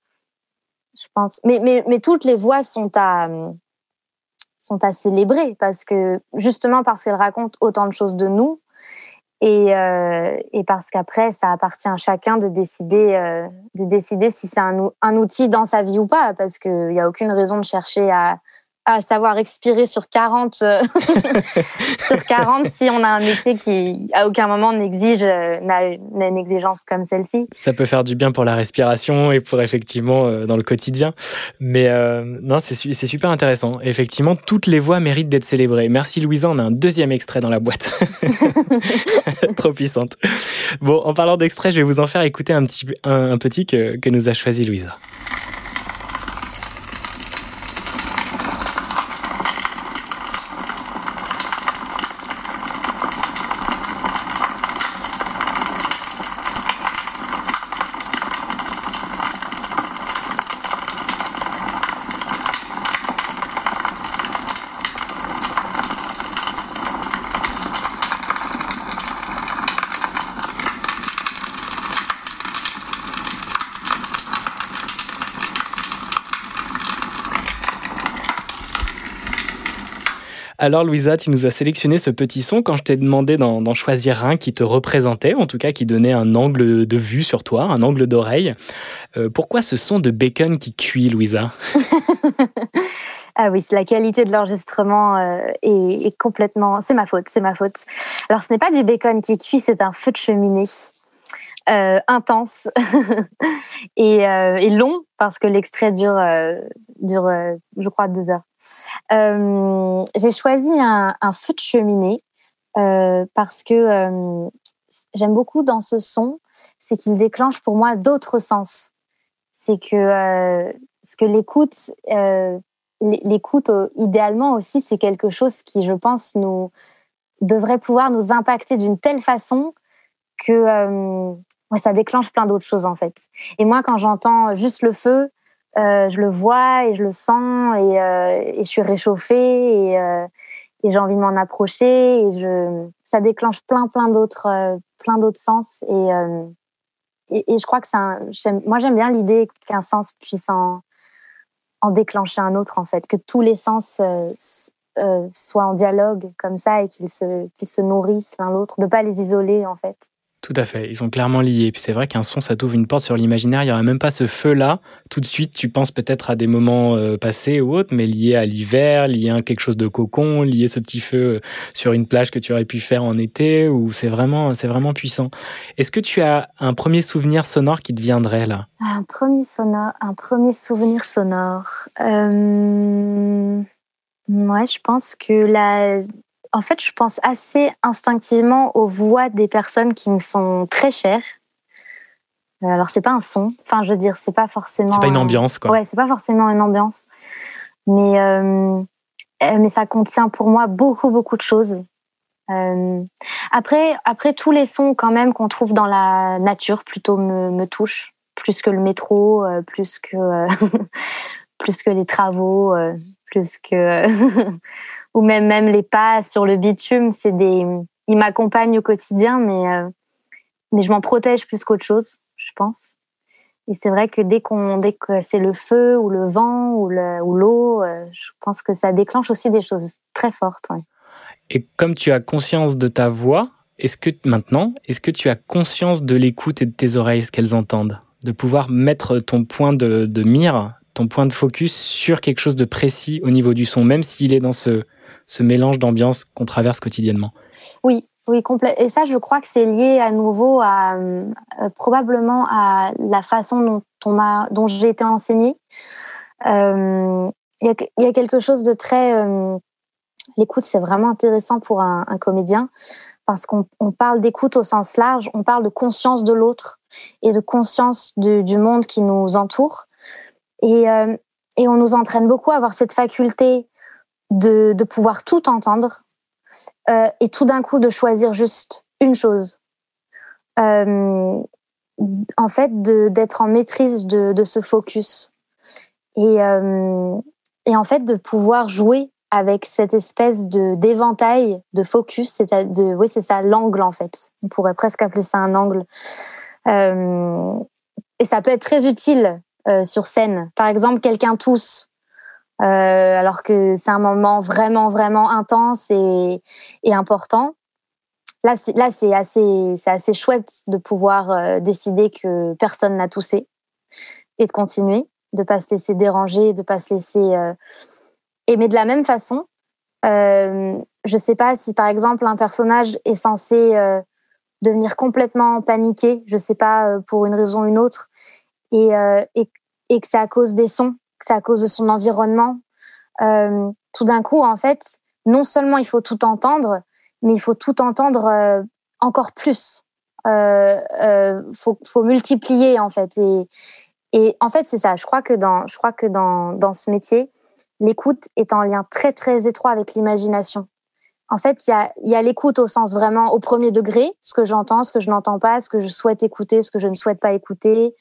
[SPEAKER 8] mais toutes les voix sont à célébrer parce qu'elles racontent autant de choses de nous et parce qu'après ça appartient à chacun de décider si c'est un outil dans sa vie ou pas, parce qu'il y a aucune raison de chercher à savoir expirer sur 40 sur 40 si on a un métier qui à aucun moment n'a une exigence comme celle-ci.
[SPEAKER 7] Ça peut faire du bien pour la respiration et pour effectivement dans le quotidien, mais non, c'est super intéressant. Effectivement, toutes les voix méritent d'être célébrées. Merci Louisa, on a un deuxième extrait dans la boîte. Trop puissante. Bon, en parlant d'extrait, je vais vous en faire écouter un petit que nous a choisi Louisa. Alors Louisa, tu nous as sélectionné ce petit son quand je t'ai demandé d'en choisir un qui te représentait, en tout cas qui donnait un angle de vue sur toi, un angle d'oreille. Pourquoi ce son de bacon qui cuit, Louisa ?
[SPEAKER 8] Ah oui, la qualité de l'enregistrement est complètement... C'est ma faute. Alors ce n'est pas du bacon qui cuit, c'est un feu de cheminée. Intense et long parce que l'extrait dure je crois 2 heures. J'ai choisi un feu de cheminée parce que j'aime beaucoup dans ce son, c'est qu'il déclenche pour moi d'autres sens. C'est que l'écoute l'écoute, idéalement aussi, c'est quelque chose qui, je pense, devrait pouvoir nous impacter d'une telle façon que ça déclenche plein d'autres choses, en fait. Et moi, quand j'entends juste le feu, je le vois et je le sens et je suis réchauffée et j'ai envie de m'en approcher et ça déclenche plein d'autres sens et je crois que moi j'aime bien l'idée qu'un sens puisse en déclencher un autre, en fait, que tous les sens soient en dialogue comme ça et qu'ils se nourrissent l'un l'autre, de pas les isoler, en fait.
[SPEAKER 7] Tout à fait, ils sont clairement liés. Puis c'est vrai qu'un son, ça t'ouvre une porte sur l'imaginaire. Il n'y aurait même pas ce feu-là. Tout de suite, tu penses peut-être à des moments passés ou autres, mais liés à l'hiver, liés à quelque chose de cocon, liés à ce petit feu sur une plage que tu aurais pu faire en été, où c'est vraiment puissant. Est-ce que tu as un premier souvenir sonore qui te viendrait là ?
[SPEAKER 8] Un premier souvenir sonore. Ouais, je pense que en fait, je pense assez instinctivement aux voix des personnes qui me sont très chères. Alors, c'est pas un son. Enfin, je veux dire, c'est pas forcément...
[SPEAKER 7] C'est pas une ambiance, quoi.
[SPEAKER 8] Ouais, c'est pas forcément une ambiance. Mais ça contient pour moi beaucoup de choses. Après, tous les sons, quand même, qu'on trouve dans la nature, plutôt me touchent. Plus que le métro, plus que les travaux, plus que... ou même les pas sur le bitume, ils m'accompagnent au quotidien, mais je m'en protège plus qu'autre chose, je pense. Et c'est vrai que dès que c'est le feu ou le vent ou l'eau, je pense que ça déclenche aussi des choses très fortes. Ouais.
[SPEAKER 7] Et comme tu as conscience de ta voix, est-ce que tu as conscience de l'écoute et de tes oreilles, ce qu'elles entendent ? De pouvoir mettre ton point de mire, ton point de focus sur quelque chose de précis au niveau du son, même s'il est dans ce mélange d'ambiance qu'on traverse quotidiennement. Oui,
[SPEAKER 8] complet. Et ça, je crois que c'est lié à nouveau probablement à la façon dont j'ai été enseignée. Il y a quelque chose de très... l'écoute, c'est vraiment intéressant pour un comédien parce qu'on parle d'écoute au sens large, on parle de conscience de l'autre et de conscience du monde qui nous entoure. Et on nous entraîne beaucoup à avoir cette faculté de pouvoir tout entendre et tout d'un coup de choisir juste une chose. En fait, d'être en maîtrise de ce focus. Et en fait, de pouvoir jouer avec cette espèce d'éventail de focus. C'est ça, l'angle, en fait. On pourrait presque appeler ça un angle. Et ça peut être très utile sur scène. Par exemple, quelqu'un tousse. Alors que c'est un moment vraiment intense et important. Là, c'est assez chouette de pouvoir décider que personne n'a toussé et de continuer, de pas se laisser déranger, de pas se laisser... Mais de la même façon, je sais pas si par exemple un personnage est censé devenir complètement paniqué, je sais pas, pour une raison ou une autre, et que c'est à cause des sons, que c'est à cause de son environnement. Tout d'un coup, en fait, non seulement il faut tout entendre, mais il faut tout entendre encore plus. Faut multiplier, en fait. Et en fait, c'est ça. Je crois que dans ce métier, l'écoute est en lien très, très étroit avec l'imagination. En fait, il y a l'écoute au sens vraiment au premier degré, ce que j'entends, ce que je n'entends pas, ce que je souhaite écouter, ce que je ne souhaite pas écouter.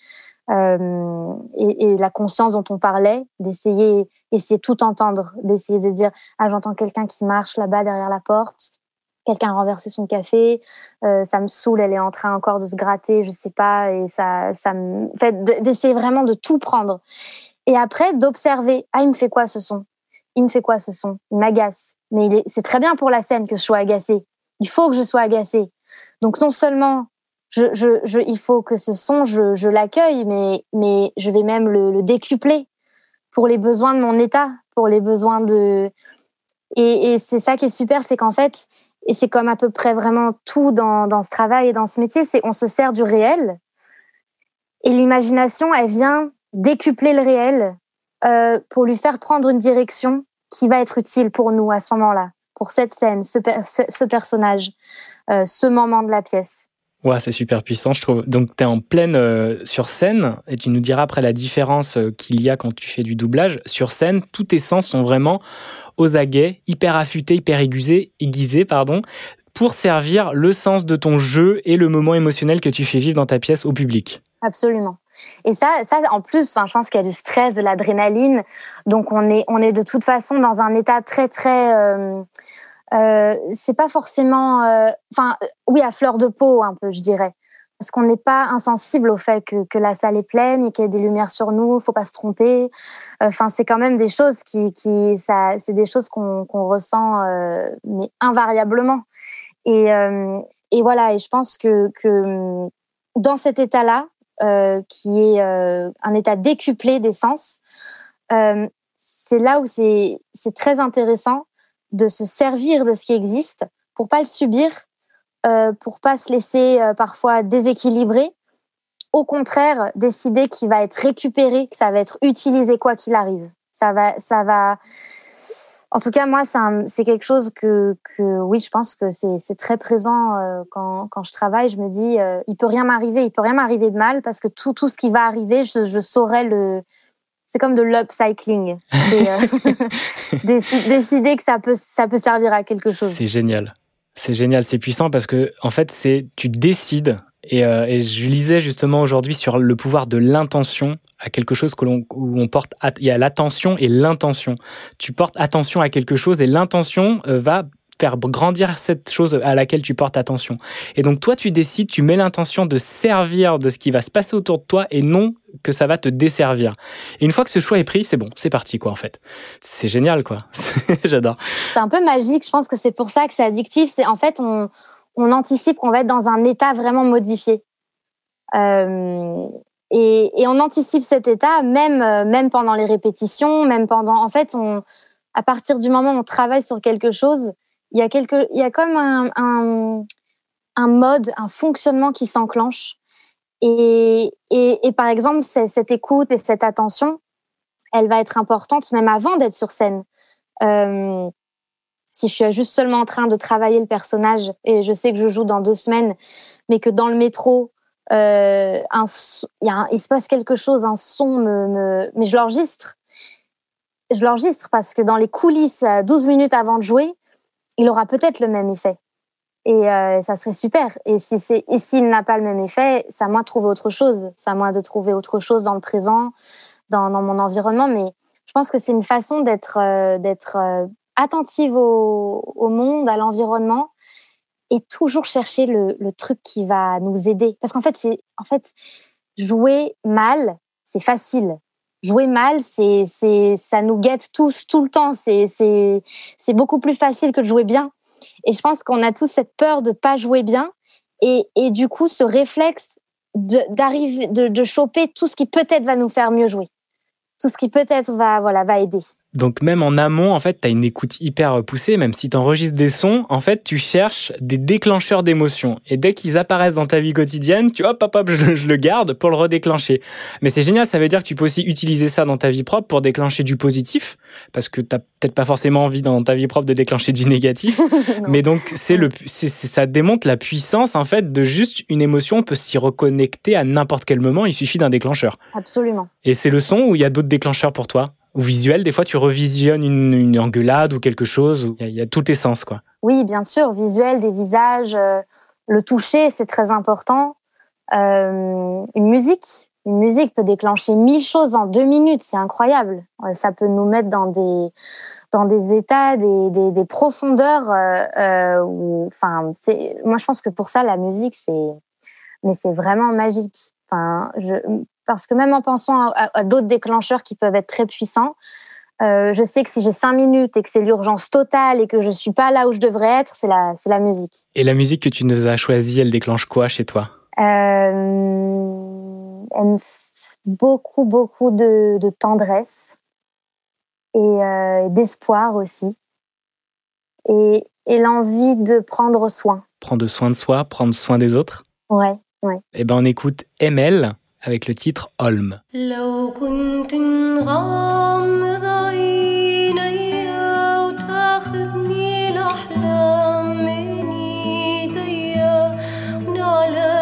[SPEAKER 8] Et la conscience dont on parlait, d'essayer tout entendre, d'essayer de dire « Ah, j'entends quelqu'un qui marche là-bas derrière la porte, quelqu'un a renversé son café, ça me saoule, elle est en train encore de se gratter, je sais pas, et ça me... » En fait, d'essayer vraiment de tout prendre. Et après, d'observer « Ah, il me fait quoi ce son ? Il me fait quoi ce son ? Il m'agace. Mais c'est très bien pour la scène que je sois agacée. Il faut que je sois agacée. Donc non seulement... il faut que ce son, je l'accueille, mais je vais même le décupler pour les besoins de mon état, pour les besoins de... Et c'est ça qui est super, c'est qu'en fait, et c'est comme à peu près vraiment tout dans ce travail et dans ce métier, c'est on se sert du réel et l'imagination, elle vient décupler le réel pour lui faire prendre une direction qui va être utile pour nous à ce moment-là, pour cette scène, ce personnage, ce moment de la pièce.
[SPEAKER 7] Ouais, c'est super puissant, je trouve. Donc, tu es en pleine sur scène, et tu nous diras après la différence qu'il y a quand tu fais du doublage. Sur scène, tous tes sens sont vraiment aux aguets, hyper affûtés, hyper aiguisés, pour servir le sens de ton jeu et le moment émotionnel que tu fais vivre dans ta pièce au public.
[SPEAKER 8] Absolument. Et ça en plus, je pense qu'il y a du stress, de l'adrénaline. Donc, on est de toute façon dans un état très, très... c'est pas forcément... oui, à fleur de peau, un peu, je dirais. Parce qu'on n'est pas insensible au fait que la salle est pleine et qu'il y ait des lumières sur nous, faut pas se tromper. C'est quand même des choses c'est des choses qu'on ressent, mais invariablement. Et voilà, et je pense que dans cet état-là, qui est un état décuplé des sens, c'est là où c'est très intéressant de se servir de ce qui existe pour pas le subir, pour pas se laisser parfois déséquilibrer. Au contraire, décider qu'il va être récupéré, que ça va être utilisé quoi qu'il arrive. Ça va. En tout cas, moi, c'est quelque chose que oui, je pense que c'est très présent quand je travaille. Je me dis, il peut rien m'arriver de mal parce que tout ce qui va arriver, je saurais le. C'est comme de l'upcycling. Décider que ça peut servir à quelque chose.
[SPEAKER 7] C'est génial, c'est puissant parce que en fait, tu décides. Et je lisais justement aujourd'hui sur le pouvoir de l'intention à quelque chose où on porte. Il y a l'attention et l'intention. Tu portes attention à quelque chose et l'intention va faire grandir cette chose à laquelle tu portes attention. Et donc toi, tu décides, tu mets l'intention de servir de ce qui va se passer autour de toi et non que ça va te desservir. Et une fois que ce choix est pris, c'est bon, c'est parti quoi en fait. C'est génial quoi. J'adore. C'est
[SPEAKER 8] un peu magique. Je pense que c'est pour ça que c'est addictif. C'est en fait on anticipe qu'on va être dans un état vraiment modifié. Et on anticipe cet état même pendant les répétitions, même pendant... En fait, à partir du moment où on travaille sur quelque chose, il y a comme un mode, un fonctionnement qui s'enclenche. Et par exemple, cette écoute et cette attention, elle va être importante même avant d'être sur scène. Si je suis juste seulement en train de travailler le personnage et je sais que je joue dans 2 semaines, mais que dans le métro, il se passe quelque chose, un son mais je l'enregistre. Je l'enregistre parce que dans les coulisses, 12 minutes avant de jouer, il aura peut-être le même effet. Et ça serait super. Et s'il n'a pas le même effet, c'est à moi de trouver autre chose. C'est à moi de trouver autre chose dans le présent, dans mon environnement. Mais je pense que c'est une façon d'être attentive au monde, à l'environnement, et toujours chercher le truc qui va nous aider. Parce qu'en fait, jouer mal, c'est facile. Jouer mal, ça nous guette tous, tout le temps. C'est beaucoup plus facile que de jouer bien. Et je pense qu'on a tous cette peur de pas jouer bien. Et du coup, ce réflexe de choper tout ce qui peut-être va nous faire mieux jouer. Tout ce qui peut-être va aider.
[SPEAKER 7] Donc même en amont, en fait, tu as une écoute hyper poussée, même si tu enregistres des sons, en fait, tu cherches des déclencheurs d'émotions. Et dès qu'ils apparaissent dans ta vie quotidienne, hop, je le garde pour le redéclencher. Mais c'est génial, ça veut dire que tu peux aussi utiliser ça dans ta vie propre pour déclencher du positif, parce que tu n'as peut-être pas forcément envie dans ta vie propre de déclencher du négatif. Mais donc, ça démontre la puissance, en fait, de juste une émotion. On peut s'y reconnecter à n'importe quel moment, il suffit d'un déclencheur.
[SPEAKER 8] Absolument.
[SPEAKER 7] Et c'est le son ou il y a d'autres déclencheurs pour toi ? Ou visuel, des fois tu revisionnes une engueulade ou quelque chose, il y a tous tes sens, quoi.
[SPEAKER 8] Oui, bien sûr, visuel, des visages, le toucher, c'est très important. Une musique peut déclencher 1000 choses en 2 minutes, c'est incroyable. Ça peut nous mettre dans des états, des profondeurs. Moi, je pense que pour ça, la musique, c'est vraiment magique. Parce que même en pensant à d'autres déclencheurs qui peuvent être très puissants, je sais que si j'ai 5 minutes et que c'est l'urgence totale et que je suis pas là où je devrais être, c'est la musique.
[SPEAKER 7] Et la musique que tu nous as choisie, elle déclenche quoi chez toi ?
[SPEAKER 8] Elle beaucoup, beaucoup de tendresse et d'espoir aussi. Et l'envie de prendre soin.
[SPEAKER 7] Prendre soin de soi, prendre soin des autres ?
[SPEAKER 8] Ouais.
[SPEAKER 7] Eh ben on écoute ML avec le titre Holm.
[SPEAKER 2] على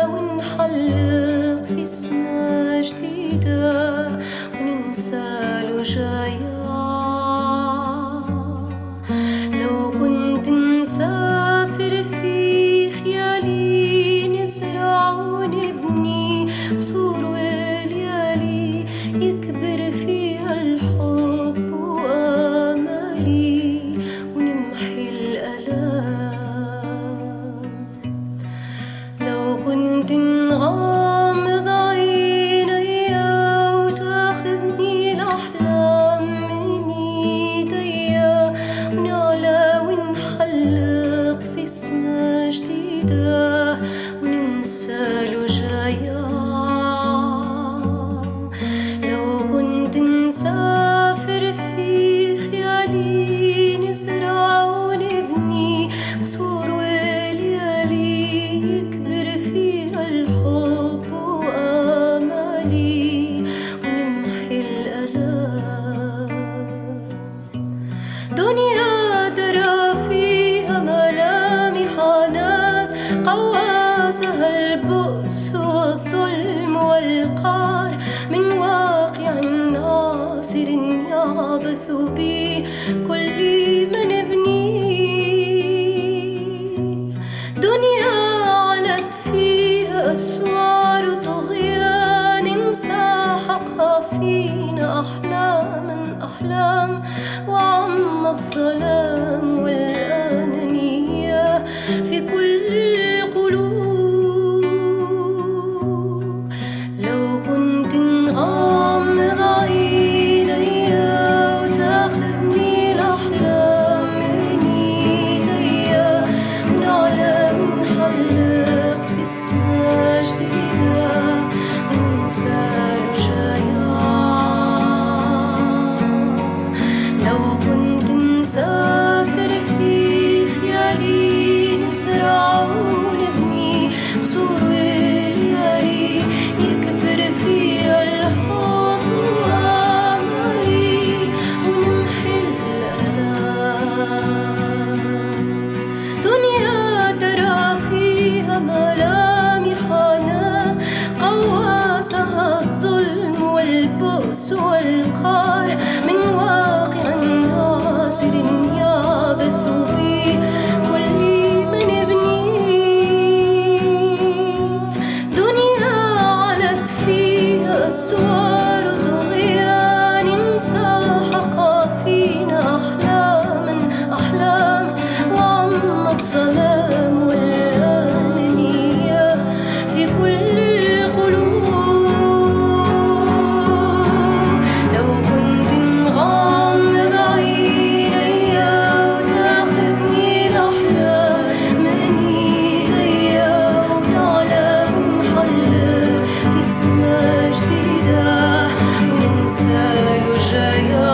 [SPEAKER 2] أمالي ونمحي الآلام دنيا ترى فيها ملامح ناس قواسها البؤس والظلم والقار من واقع ناصر يعبث بي كل من دنيا علت فيها أسوار طغيان ساحقها فينا أحلام وعم الظلام والأنانية في كل القلوب لو كنت نغمض عيني وتاخذني الأحلام من إيديا ونعلى ونحلق في سما جديدة وننسى الوجايا لو كنت نسافر في خيالي نزرع ونبني قصور وليالي يكبر فيها الحب وآمالي ونمحي الآلام دنيا ترى فيها ملامح ناس قواسها الظلم والبؤس والقار من واقع ناصر يعبث بي كل من دنيا علت فيها أسوار طغيان ساحقا فينا أحلام وعم الظلام والأنانية في كل القلوب لو كنت نغمض عيني وتاخذني الأحلام من إيديا ونعلى ونحلق في سما جديدة وننسى الوجايا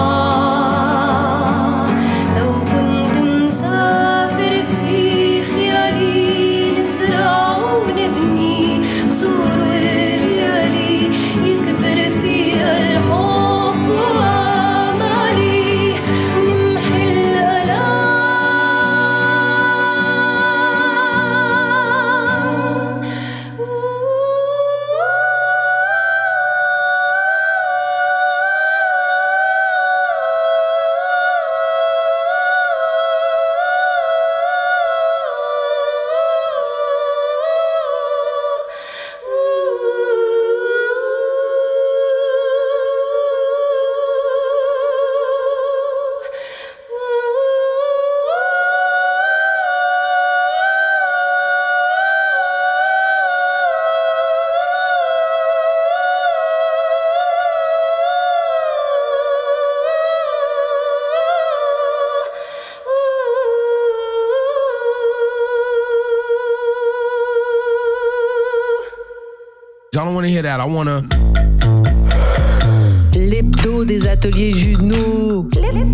[SPEAKER 2] لو كنت نسافر في خيالي نزرع ونبني قصور وليالي يكبر فيها الحب وآمالي ونمحي الآلام
[SPEAKER 9] I don't want to hear that. I want to...
[SPEAKER 6] L'hebdo des ateliers Junot.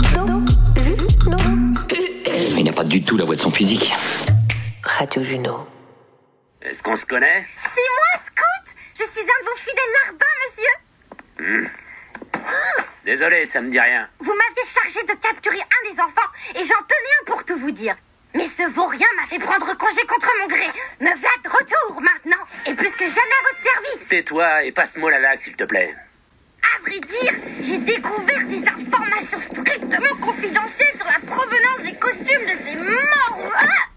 [SPEAKER 4] Il n'a pas du tout la voix de son physique.
[SPEAKER 6] Radio Junot.
[SPEAKER 10] Est-ce qu'on se connaît?
[SPEAKER 11] C'est moi, Scout! Je suis un de vos fidèles larbins, monsieur!
[SPEAKER 10] Désolé, ça me dit rien.
[SPEAKER 11] Vous m'aviez chargé de capturer un des enfants et j'en tenais un pour tout vous dire. Mais ce vaurien m'a fait prendre congé contre mon gré. Me voilà de retour maintenant et plus que jamais à votre service.
[SPEAKER 10] Tais-toi et passe-moi la laque, s'il te plaît.
[SPEAKER 11] À vrai dire, j'ai découvert des informations strictement confidentielles sur la provenance des costumes de ces morts.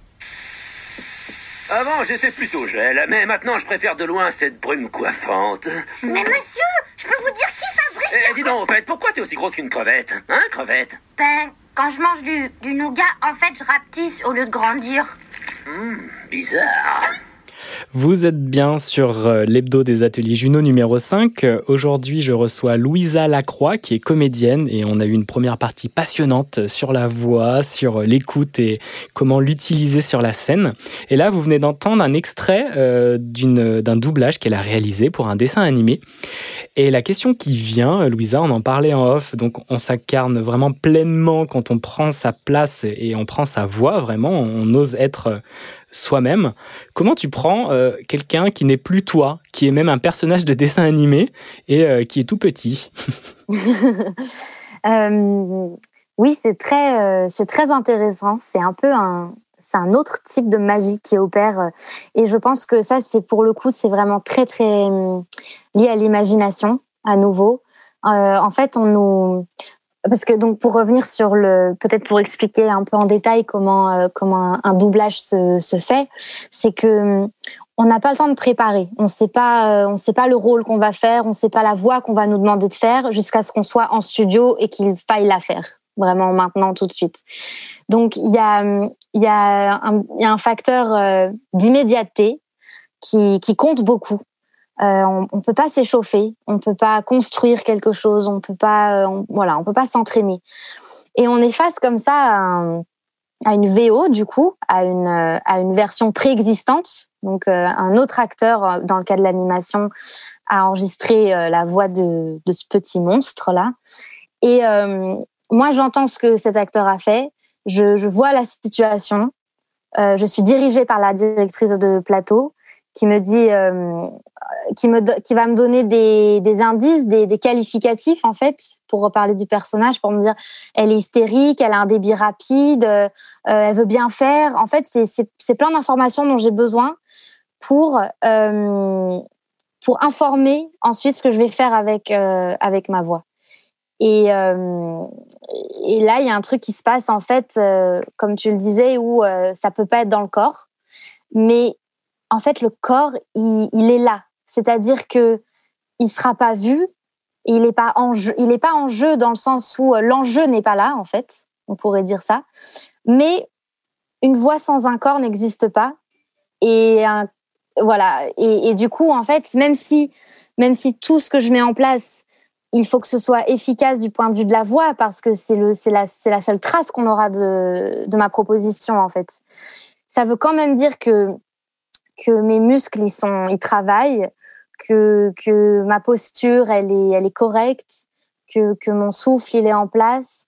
[SPEAKER 10] Avant, j'étais plutôt gel, mais maintenant, je préfère de loin cette brume coiffante.
[SPEAKER 11] Mais monsieur, je peux vous dire qui fabrique...
[SPEAKER 10] dis donc, au fait, pourquoi t'es aussi grosse qu'une crevette? Hein, crevette?
[SPEAKER 11] Ben, quand je mange du nougat, en fait, je rapetisse au lieu de grandir.
[SPEAKER 10] Bizarre.
[SPEAKER 7] Vous êtes bien sur l'hebdo des ateliers Junot numéro 5. Aujourd'hui, je reçois Louisa Lacroix, qui est comédienne, et on a eu une première partie passionnante sur la voix, sur l'écoute et comment l'utiliser sur la scène. Et là, vous venez d'entendre un extrait d'un doublage qu'elle a réalisé pour un dessin animé. Et la question qui vient, Louisa, on en parlait en off, donc on s'incarne vraiment pleinement quand on prend sa place et on prend sa voix, vraiment, on ose être soi-même. Comment tu prends quelqu'un qui n'est plus toi, qui est même un personnage de dessin animé et qui est tout petit?
[SPEAKER 8] Oui, c'est très intéressant. C'est un autre type de magie qui opère. Et je pense que ça, pour le coup, c'est vraiment très, très lié à l'imagination, à nouveau. En fait, parce que donc pour revenir sur peut-être pour expliquer un peu en détail comment un doublage se fait, c'est que on n'a pas le temps de préparer. On sait pas le rôle qu'on va faire, on sait pas la voix qu'on va nous demander de faire jusqu'à ce qu'on soit en studio et qu'il faille la faire. Vraiment maintenant, tout de suite. Donc, il y a un facteur d'immédiateté qui compte beaucoup. On peut pas s'échauffer, on peut pas construire quelque chose, on peut pas s'entraîner. Et on est face comme ça à une VO, du coup, à une version préexistante. Donc, un autre acteur, dans le cas de l'animation, a enregistré la voix de ce petit monstre-là. Et moi, j'entends ce que cet acteur a fait, je vois la situation, je suis dirigée par la directrice de plateau qui me dit, qui va me donner des indices, des qualificatifs en fait, pour reparler du personnage, pour me dire, elle est hystérique, elle a un débit rapide, elle veut bien faire. En fait, c'est plein d'informations dont j'ai besoin pour informer ensuite ce que je vais faire avec ma voix. Et là, il y a un truc qui se passe, en fait, comme tu le disais, où ça peut pas être dans le corps. Mais en fait, le corps, il est là. C'est-à-dire qu'il ne sera pas vu, et il n'est pas en jeu dans le sens où l'enjeu n'est pas là, en fait. On pourrait dire ça. Mais une voix sans un corps n'existe pas. Et voilà. Et du coup, en fait, même si tout ce que je mets en place, il faut que ce soit efficace du point de vue de la voix, parce que c'est la seule trace qu'on aura de ma proposition, en fait. Ça veut quand même dire que mes muscles, ils travaillent, que ma posture, elle est correcte, que mon souffle, il est en place,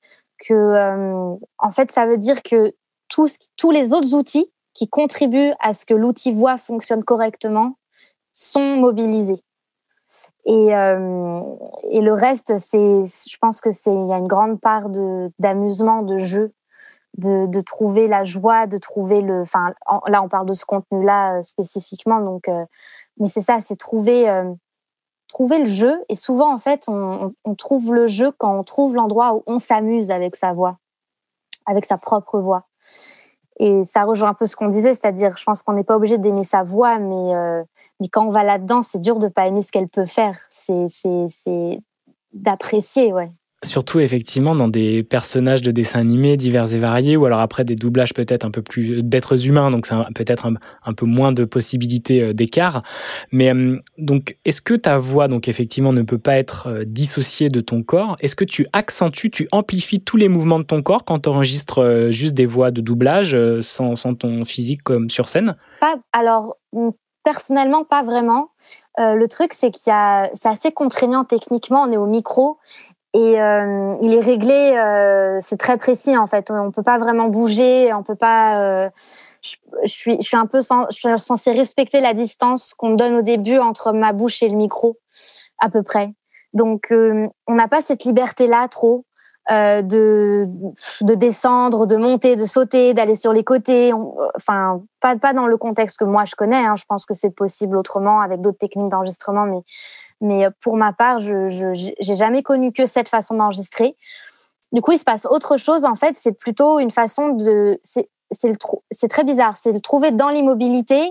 [SPEAKER 8] en fait, ça veut dire que tous les autres outils qui contribuent à ce que l'outil voix fonctionne correctement sont mobilisés. Et le reste, je pense que il y a une grande part d'amusement, de jeu, de trouver la joie, de trouver là on parle de ce contenu-là spécifiquement, donc mais c'est ça, c'est trouver le jeu. Et souvent en fait on trouve le jeu quand on trouve l'endroit où on s'amuse avec sa voix, avec sa propre voix. Et ça rejoint un peu ce qu'on disait, c'est-à-dire, je pense qu'on n'est pas obligé d'aimer sa voix, mais quand on va là-dedans, c'est dur de ne pas aimer ce qu'elle peut faire. C'est d'apprécier, ouais.
[SPEAKER 7] Surtout, effectivement, dans des personnages de dessins animés divers et variés, ou alors après des doublages peut-être un peu plus d'êtres humains, donc c'est peut-être un peu moins de possibilités d'écart. Mais donc, est-ce que ta voix, donc effectivement, ne peut pas être dissociée de ton corps? Est-ce que tu accentues, tu amplifies tous les mouvements de ton corps quand tu enregistres juste des voix de doublage sans ton physique comme sur scène?
[SPEAKER 8] Alors, personnellement, pas vraiment. Le truc, c'est c'est assez contraignant techniquement. On est au micro. Et il est réglé, c'est très précis en fait. On peut pas vraiment bouger, on peut pas. Je suis censée respecter la distance qu'on me donne au début entre ma bouche et le micro, à peu près. Donc on n'a pas cette liberté-là trop de descendre, de monter, de sauter, d'aller sur les côtés. Enfin, pas dans le contexte que moi je connais. Hein. Je pense que c'est possible autrement avec d'autres techniques d'enregistrement, mais pour ma part, j'ai jamais connu que cette façon d'enregistrer. Du coup, il se passe autre chose. En fait, c'est plutôt une façon c'est très bizarre. C'est de trouver dans l'immobilité,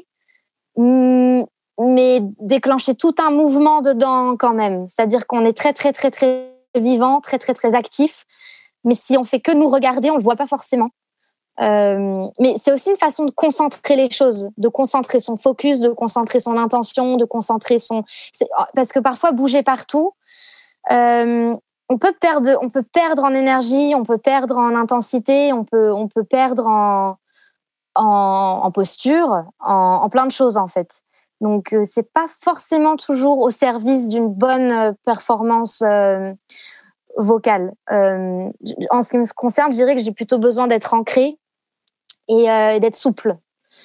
[SPEAKER 8] mais déclencher tout un mouvement dedans quand même. C'est-à-dire qu'on est très, très, très, très vivant, très, très, très actif. Mais si on fait que nous regarder, on le voit pas forcément. Mais c'est aussi une façon de concentrer les choses, de concentrer son focus, de concentrer son intention, de concentrer parce que parfois bouger partout, on peut perdre en énergie, on peut perdre en intensité, on peut perdre en posture, en plein de choses en fait. Donc c'est pas forcément toujours au service d'une bonne performance vocale. En ce qui me concerne, je dirais que j'ai plutôt besoin d'être ancrée et d'être souple.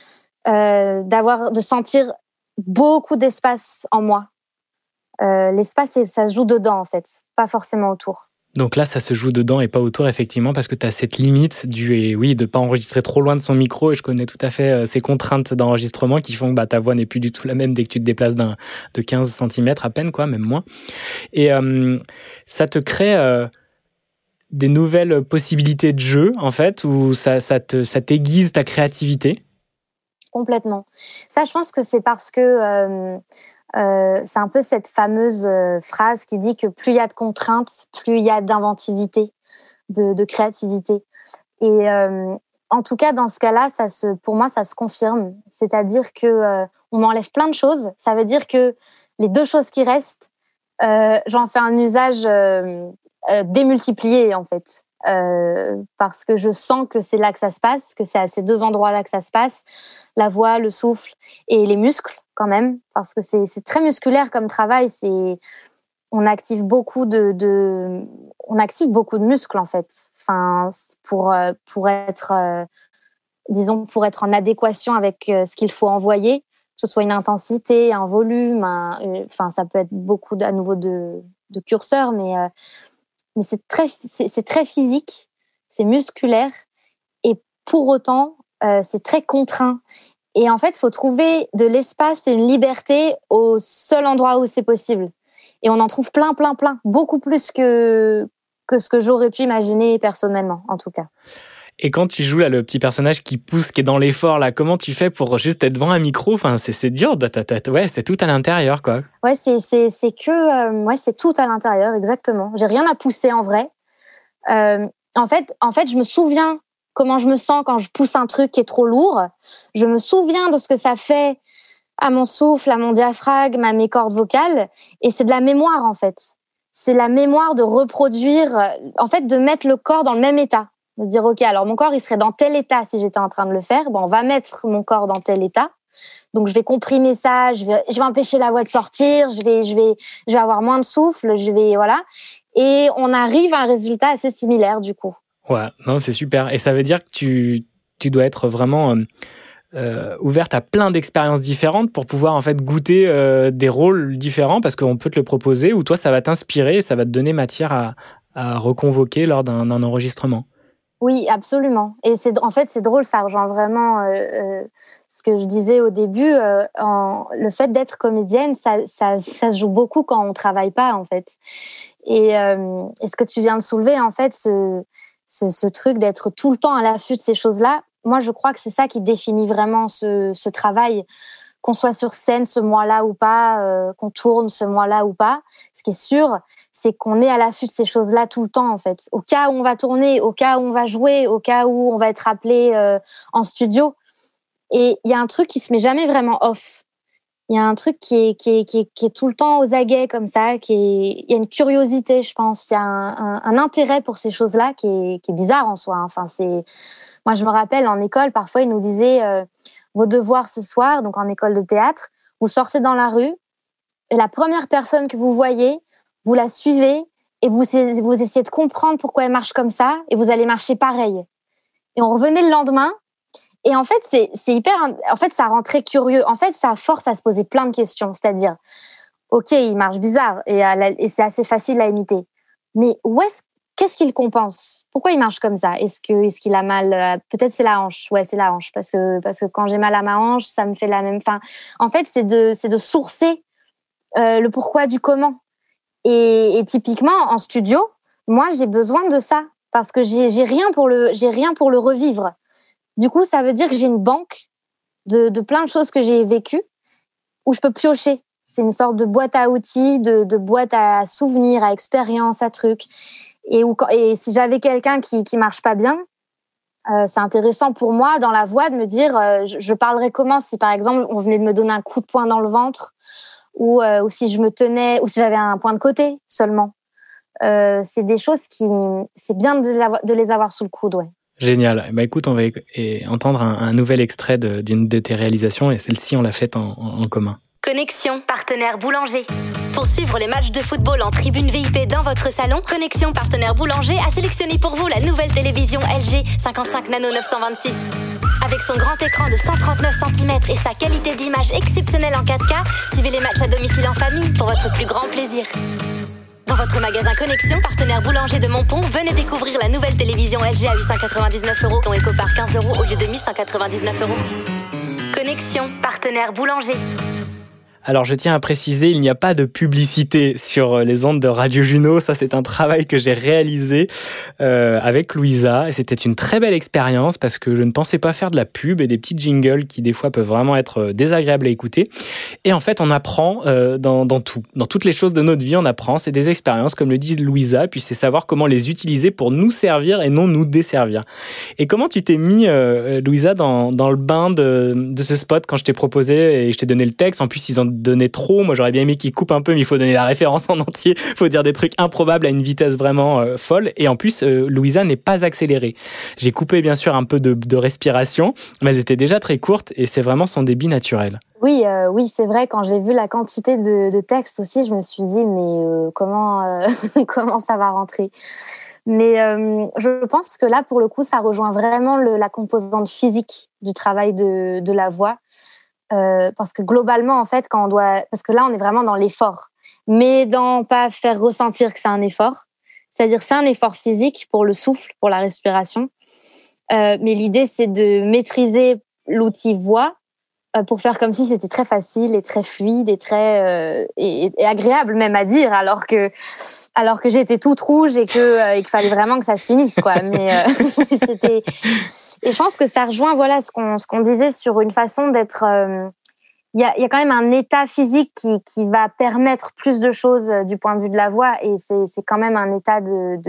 [SPEAKER 8] de sentir beaucoup d'espace en moi. L'espace, ça se joue dedans, en fait, pas forcément autour.
[SPEAKER 7] Donc là, ça se joue dedans et pas autour, effectivement, parce que tu as cette limite de pas enregistrer trop loin de son micro. Et je connais tout à fait ces contraintes d'enregistrement qui font que ta voix n'est plus du tout la même dès que tu te déplaces de 15 cm à peine, quoi, même moins. Et ça te crée des nouvelles possibilités de jeu, en fait, où ça t'aiguise ta créativité?
[SPEAKER 8] Complètement. Ça, je pense que c'est parce que c'est un peu cette fameuse phrase qui dit que plus il y a de contraintes, plus il y a d'inventivité, de créativité. Et en tout cas, dans ce cas-là, pour moi, ça se confirme. C'est-à-dire que on m'enlève plein de choses. Ça veut dire que les 2 choses qui restent, j'en fais un usage démultiplié, en fait. Parce que je sens que c'est là que ça se passe, que c'est à ces 2 endroits-là que ça se passe, la voix, le souffle et les muscles quand même, parce que c'est très musculaire comme travail. On active beaucoup de muscles en fait. Enfin, pour être pour être en adéquation avec ce qu'il faut envoyer, que ce soit une intensité, un volume, ça peut être beaucoup à nouveau de curseurs, mais c'est très physique, c'est musculaire, et pour autant, c'est très contraint. Et en fait, il faut trouver de l'espace et une liberté au seul endroit où c'est possible. Et on en trouve plein, beaucoup plus que ce que j'aurais pu imaginer personnellement, en tout cas.
[SPEAKER 7] Et quand tu joues là, le petit personnage qui pousse, qui est dans l'effort, là, comment tu fais pour juste être devant un micro? Enfin, c'est dur, ouais, c'est tout à l'intérieur, quoi.
[SPEAKER 8] Ouais, c'est tout à l'intérieur, exactement. J'ai rien à pousser en vrai. En fait, je me souviens comment je me sens quand je pousse un truc qui est trop lourd. Je me souviens de ce que ça fait à mon souffle, à mon diaphragme, à mes cordes vocales. Et c'est de la mémoire, en fait. C'est la mémoire de reproduire, en fait, de mettre le corps dans le même état. De dire, OK, alors mon corps, il serait dans tel état si j'étais en train de le faire. Bon, on va mettre mon corps dans tel état. Donc, je vais comprimer ça, je vais empêcher la voix de sortir, je vais avoir moins de souffle, voilà. Et on arrive à un résultat assez similaire, du coup.
[SPEAKER 7] Ouais, non, c'est super. Et ça veut dire que tu dois être vraiment ouverte à plein d'expériences différentes pour pouvoir en fait goûter des rôles différents, parce qu'on peut te le proposer, ou toi, ça va t'inspirer et ça va te donner matière à reconvoquer lors d'un enregistrement.
[SPEAKER 8] Oui, absolument. Et c'est drôle, ça rejoint vraiment ce que je disais au début. Le fait d'être comédienne, ça se joue beaucoup quand on travaille pas, en fait. Et ce que tu viens de soulever, en fait, ce truc d'être tout le temps à l'affût de ces choses-là, moi, je crois que c'est ça qui définit vraiment ce travail, qu'on soit sur scène ce mois-là ou pas, qu'on tourne ce mois-là ou pas. Ce qui est sûr, c'est qu'on est à l'affût de ces choses-là tout le temps, en fait. Au cas où on va tourner, au cas où on va jouer, au cas où on va être appelé en studio. Et il y a un truc qui se met jamais vraiment off. Il y a un truc qui est tout le temps aux aguets comme ça. Il y a une curiosité, je pense. Il y a un intérêt pour ces choses-là qui est bizarre en soi. Enfin, moi, je me rappelle en école, parfois, ils nous disaient vos devoirs ce soir, donc en école de théâtre, vous sortez dans la rue et la première personne que vous voyez, vous la suivez et vous essayez de comprendre pourquoi elle marche comme ça et vous allez marcher pareil. Et on revenait le lendemain. Et en fait, c'est hyper. En fait, ça rend très curieux. En fait, ça force à se poser plein de questions. C'est-à-dire, OK, il marche bizarre et c'est assez facile à imiter. Mais qu'est-ce qu'il compense? Pourquoi il marche comme ça? Est-ce qu'il a mal? Peut-être c'est la hanche. Ouais, c'est la hanche parce que quand j'ai mal à ma hanche, ça me fait la même. Enfin, en fait, c'est de sourcer le pourquoi du comment. Et typiquement en studio, moi, j'ai besoin de ça parce que j'ai rien pour le revivre. Du coup, ça veut dire que j'ai une banque de plein de choses que j'ai vécues où je peux piocher. C'est une sorte de boîte à outils, de boîte à souvenirs, à expériences, à trucs. Et si j'avais quelqu'un qui marche pas bien, c'est intéressant pour moi dans la voix de me dire je parlerais comment si par exemple on venait de me donner un coup de poing dans le ventre ou si je me tenais ou si j'avais un point de côté seulement. C'est des choses c'est bien de les avoir sous le coude, ouais.
[SPEAKER 7] Génial. Bah écoute, on va entendre un nouvel extrait d'une de tes réalisations et celle-ci, on l'a faite en commun.
[SPEAKER 12] Connexion, partenaire boulanger. Pour suivre les matchs de football en tribune VIP dans votre salon, Connexion, partenaire boulanger, a sélectionné pour vous la nouvelle télévision LG 55 Nano 926. Avec son grand écran de 139 cm et sa qualité d'image exceptionnelle en 4K, suivez les matchs à domicile en famille pour votre plus grand plaisir. Dans votre magasin Connexion, partenaire boulanger de Montpont, venez découvrir la nouvelle télévision LG à 899 €, dont Ecopar 15 € au lieu de 1199 €. Connexion, partenaire boulanger.
[SPEAKER 7] Alors je tiens à préciser, il n'y a pas de publicité sur les ondes de Radio Juno. Ça, c'est un travail que j'ai réalisé avec Louisa. Et c'était une très belle expérience parce que je ne pensais pas faire de la pub et des petits jingles qui des fois peuvent vraiment être désagréables à écouter. Et en fait, on apprend dans tout. Dans toutes les choses de notre vie, on apprend. C'est des expériences, comme le dit Louisa. Puis c'est savoir comment les utiliser pour nous servir et non nous desservir. Et comment tu t'es mis, Louisa, dans le bain de ce spot quand je t'ai proposé et je t'ai donné le texte. En plus, ils en donner trop. Moi, j'aurais bien aimé qu'il coupe un peu, mais il faut donner la référence en entier. Il faut dire des trucs improbables à une vitesse vraiment folle. Et en plus, Louisa n'est pas accélérée. J'ai coupé, bien sûr, un peu de respiration, mais elles étaient déjà très courtes et c'est vraiment son débit naturel.
[SPEAKER 8] Oui, c'est vrai. Quand j'ai vu la quantité de textes aussi, je me suis dit, mais comment ça va rentrer ? Mais je pense que là, pour le coup, ça rejoint vraiment la composante physique du travail de la voix. Parce que globalement, en fait, parce que là, on est vraiment dans l'effort, mais dans pas faire ressentir que c'est un effort. C'est-à-dire, c'est un effort physique pour le souffle, pour la respiration. Mais l'idée, c'est de maîtriser l'outil voix pour faire comme si c'était très facile et très fluide et très et agréable même à dire, alors que j'étais toute rouge et qu'il fallait vraiment que ça se finisse, quoi. Mais c'était. Et je pense que ça rejoint, voilà, ce qu'on disait sur une façon d'être. Il y a quand même un état physique qui va permettre plus de choses du point de vue de la voix, et c'est quand même un état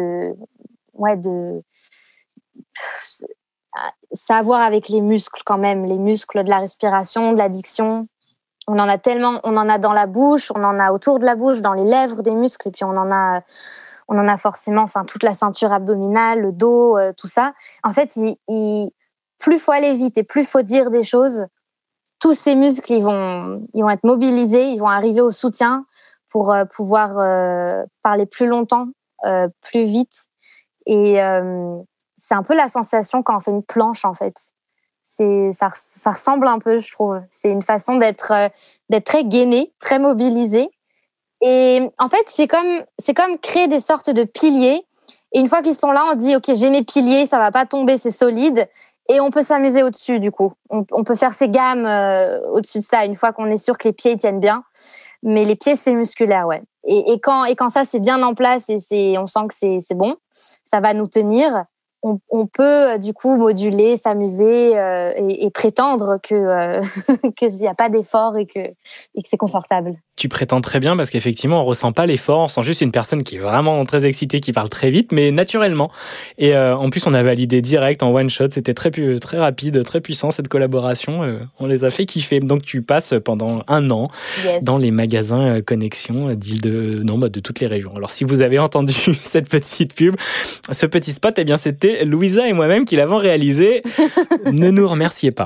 [SPEAKER 8] ça a à voir avec les muscles quand même, les muscles de la respiration, de la diction. On en a tellement, on en a dans la bouche, on en a autour de la bouche, dans les lèvres, des muscles, et puis on en a forcément, enfin, toute la ceinture abdominale, le dos, tout ça. En fait, plus faut aller vite et plus faut dire des choses, tous ces muscles, ils vont être mobilisés, ils vont arriver au soutien pour pouvoir parler plus longtemps, plus vite. Et c'est un peu la sensation quand on fait une planche, en fait. Ça ressemble un peu, je trouve. C'est une façon d'être très gainé, très mobilisé. Et en fait, c'est comme créer des sortes de piliers. Et une fois qu'ils sont là, on dit, OK, j'ai mes piliers, ça va pas tomber, c'est solide. Et on peut s'amuser au-dessus, du coup. On peut faire ses gammes au-dessus de ça, une fois qu'on est sûr que les pieds tiennent bien. Mais les pieds, c'est musculaire, ouais. Et quand ça, c'est bien en place et on sent que c'est bon, ça va nous tenir. On peut du coup moduler, s'amuser et prétendre que qu'il n'y a pas d'effort et que c'est confortable.
[SPEAKER 7] Tu prétends très bien parce qu'effectivement, on ressent pas l'effort, on sent juste une personne qui est vraiment très excitée, qui parle très vite, mais naturellement. Et en plus, on a validé direct en one shot, c'était très rapide, très puissant cette collaboration. On les a fait kiffer. Donc tu passes pendant 1 an dans les magasins Connexion de toutes les régions. Alors si vous avez entendu cette petite pub, ce petit spot, eh bien c'était Louisa et moi-même qui l'avons réalisé. Ne nous remerciez pas.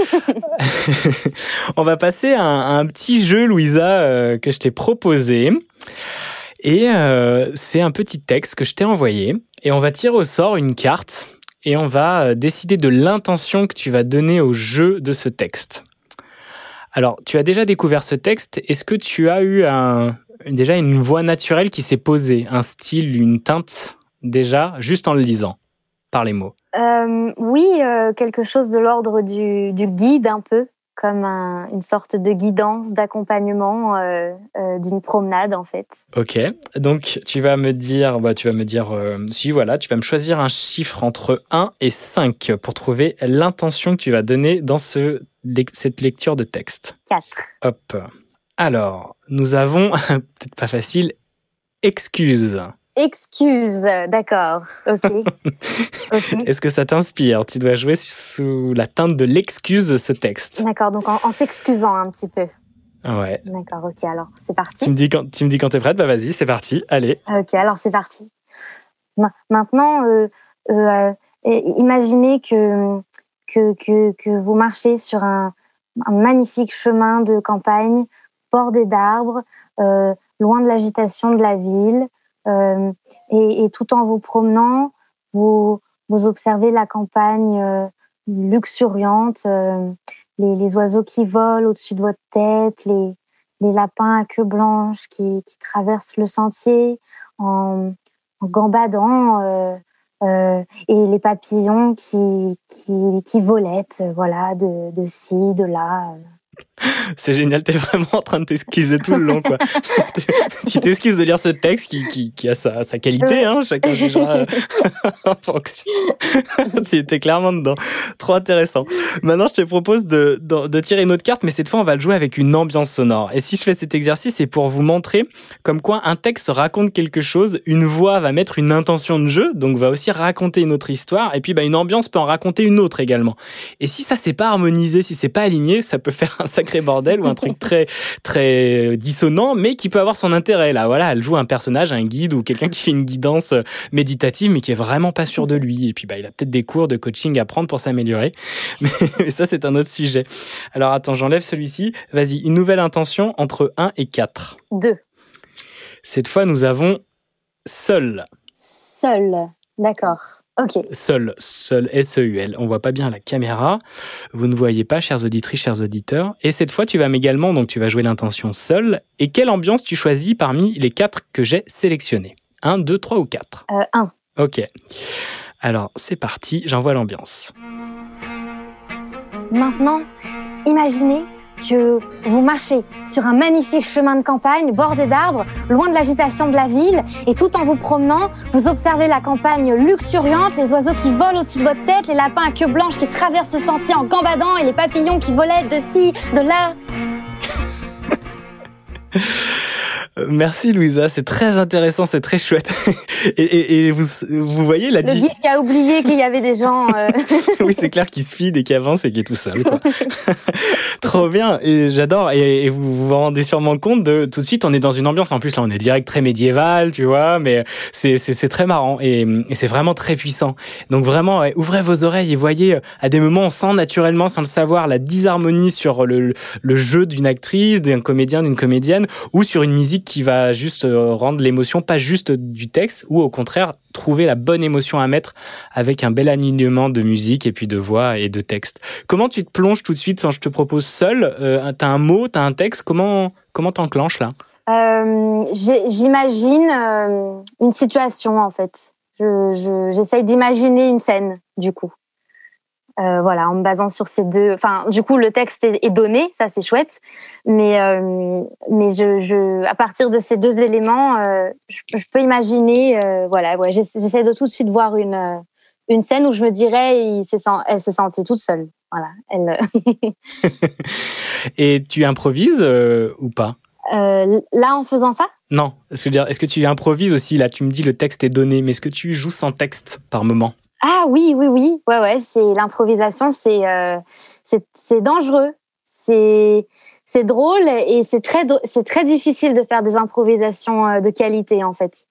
[SPEAKER 7] On va passer à un petit jeu, Louisa, que je t'ai proposé. Et c'est un petit texte que je t'ai envoyé. Et on va tirer au sort une carte et on va décider de l'intention que tu vas donner au jeu de ce texte. Alors, tu as déjà découvert ce texte. Est-ce que tu as eu déjà une voix naturelle qui s'est posée, un style, une teinte, déjà, juste en le lisant, par les mots?
[SPEAKER 8] Oui, quelque chose de l'ordre du guide un peu, comme une sorte de guidance, d'accompagnement d'une promenade en fait.
[SPEAKER 7] Ok, donc tu vas me dire, tu vas me choisir un chiffre entre 1 et 5 pour trouver l'intention que tu vas donner dans cette lecture de texte.
[SPEAKER 8] 4.
[SPEAKER 7] Hop. Alors, nous avons, peut-être pas facile, excuse.
[SPEAKER 8] Excuse, d'accord, ok.
[SPEAKER 7] Est-ce que ça t'inspire ? Tu dois jouer sous la teinte de l'excuse ce texte.
[SPEAKER 8] D'accord, donc en s'excusant un petit peu.
[SPEAKER 7] Ouais.
[SPEAKER 8] D'accord, ok, alors c'est parti.
[SPEAKER 7] Tu me dis quand t'es prête, vas-y, c'est parti, allez.
[SPEAKER 8] Ok, alors c'est parti. Maintenant, imaginez que vous marchez sur un magnifique chemin de campagne bordés d'arbres, loin de l'agitation de la ville, et tout en vous promenant, vous observez la campagne luxuriante, les oiseaux qui volent au-dessus de votre tête, les lapins à queue blanche qui traversent le sentier en gambadant, et les papillons qui volettent, voilà, de ci, de là.
[SPEAKER 7] C'est génial, t'es vraiment en train de t'excuser tout le long, quoi. Tu t'excuses de lire ce texte qui a sa qualité, hein, chacun jugera. T'es clairement dedans. Trop intéressant. Maintenant, je te propose de tirer une autre carte, mais cette fois, on va le jouer avec une ambiance sonore. Et si je fais cet exercice, c'est pour vous montrer comme quoi un texte raconte quelque chose, une voix va mettre une intention de jeu, donc va aussi raconter une autre histoire, et puis une ambiance peut en raconter une autre également. Et si ça, c'est pas harmonisé, si c'est pas aligné, ça peut faire un sacré bordel ou un truc très très dissonant, mais qui peut avoir son intérêt. Là, voilà, elle joue un personnage, un guide ou quelqu'un qui fait une guidance méditative, mais qui est vraiment pas sûr de lui. Et puis, il a peut-être des cours de coaching à prendre pour s'améliorer. Mais ça, c'est un autre sujet. Alors, attends, j'enlève celui-ci. Vas-y, une nouvelle intention entre 1 et 4.
[SPEAKER 8] 2.
[SPEAKER 7] Cette fois, nous avons seul.
[SPEAKER 8] Seul, d'accord. Ok.
[SPEAKER 7] Seul, S-E-U-L. On voit pas bien la caméra. Vous ne voyez pas, chères auditrices, chers auditeurs. Et cette fois, tu vas également, donc tu vas jouer l'intention seul. Et quelle ambiance tu choisis parmi les 4 que j'ai sélectionnés? 1, 2, 3 ou 4?
[SPEAKER 8] 1.
[SPEAKER 7] Ok. Alors, c'est parti, j'envoie l'ambiance.
[SPEAKER 8] Maintenant, imaginez que vous marchez sur un magnifique chemin de campagne bordé d'arbres, loin de l'agitation de la ville, et tout en vous promenant, vous observez la campagne luxuriante, les oiseaux qui volent au-dessus de votre tête, les lapins à queue blanche qui traversent le sentier en gambadant et les papillons qui volaient de ci, de là.
[SPEAKER 7] Merci Louisa, c'est très intéressant, c'est très chouette. Et vous voyez
[SPEAKER 8] le guide qui a oublié qu'il y avait des gens.
[SPEAKER 7] Oui, c'est clair qu'il se fide et qu'il avance et qu'il est tout seul, quoi. Trop bien, et j'adore. Et vous vous rendez sûrement compte de tout de suite, on est dans une ambiance. En plus, là, on est direct très médiéval, tu vois, mais c'est très marrant et c'est vraiment très puissant. Donc vraiment, ouvrez vos oreilles et voyez. À des moments, on sent naturellement, sans le savoir, la disharmonie sur le jeu d'une actrice, d'un comédien, d'une comédienne, ou sur une musique qui va juste rendre l'émotion, pas juste du texte, ou au contraire, trouver la bonne émotion à mettre avec un bel alignement de musique et puis de voix et de texte. Comment tu te plonges tout de suite quand je te propose seul? T'as un mot, t'as un texte, comment t'enclenches là?
[SPEAKER 8] J'imagine une situation en fait. J'essaye d'imaginer une scène du coup. Voilà, en me basant sur ces deux. Enfin, du coup, le texte est donné, ça c'est chouette. Mais à partir de ces deux éléments, je peux imaginer. Voilà, ouais, j'essaie de tout de suite voir une scène où je me dirais, elle s'est sentie toute seule. Voilà, elle.
[SPEAKER 7] Et tu improvises ou pas?
[SPEAKER 8] Là, en faisant ça?
[SPEAKER 7] Non. Est-ce que tu improvises aussi? Là, tu me dis le texte est donné, mais est-ce que tu joues sans texte par moment?
[SPEAKER 8] Ah oui. Ouais, c'est l'improvisation, c'est dangereux. C'est drôle et c'est très difficile de faire des improvisations de qualité, en fait.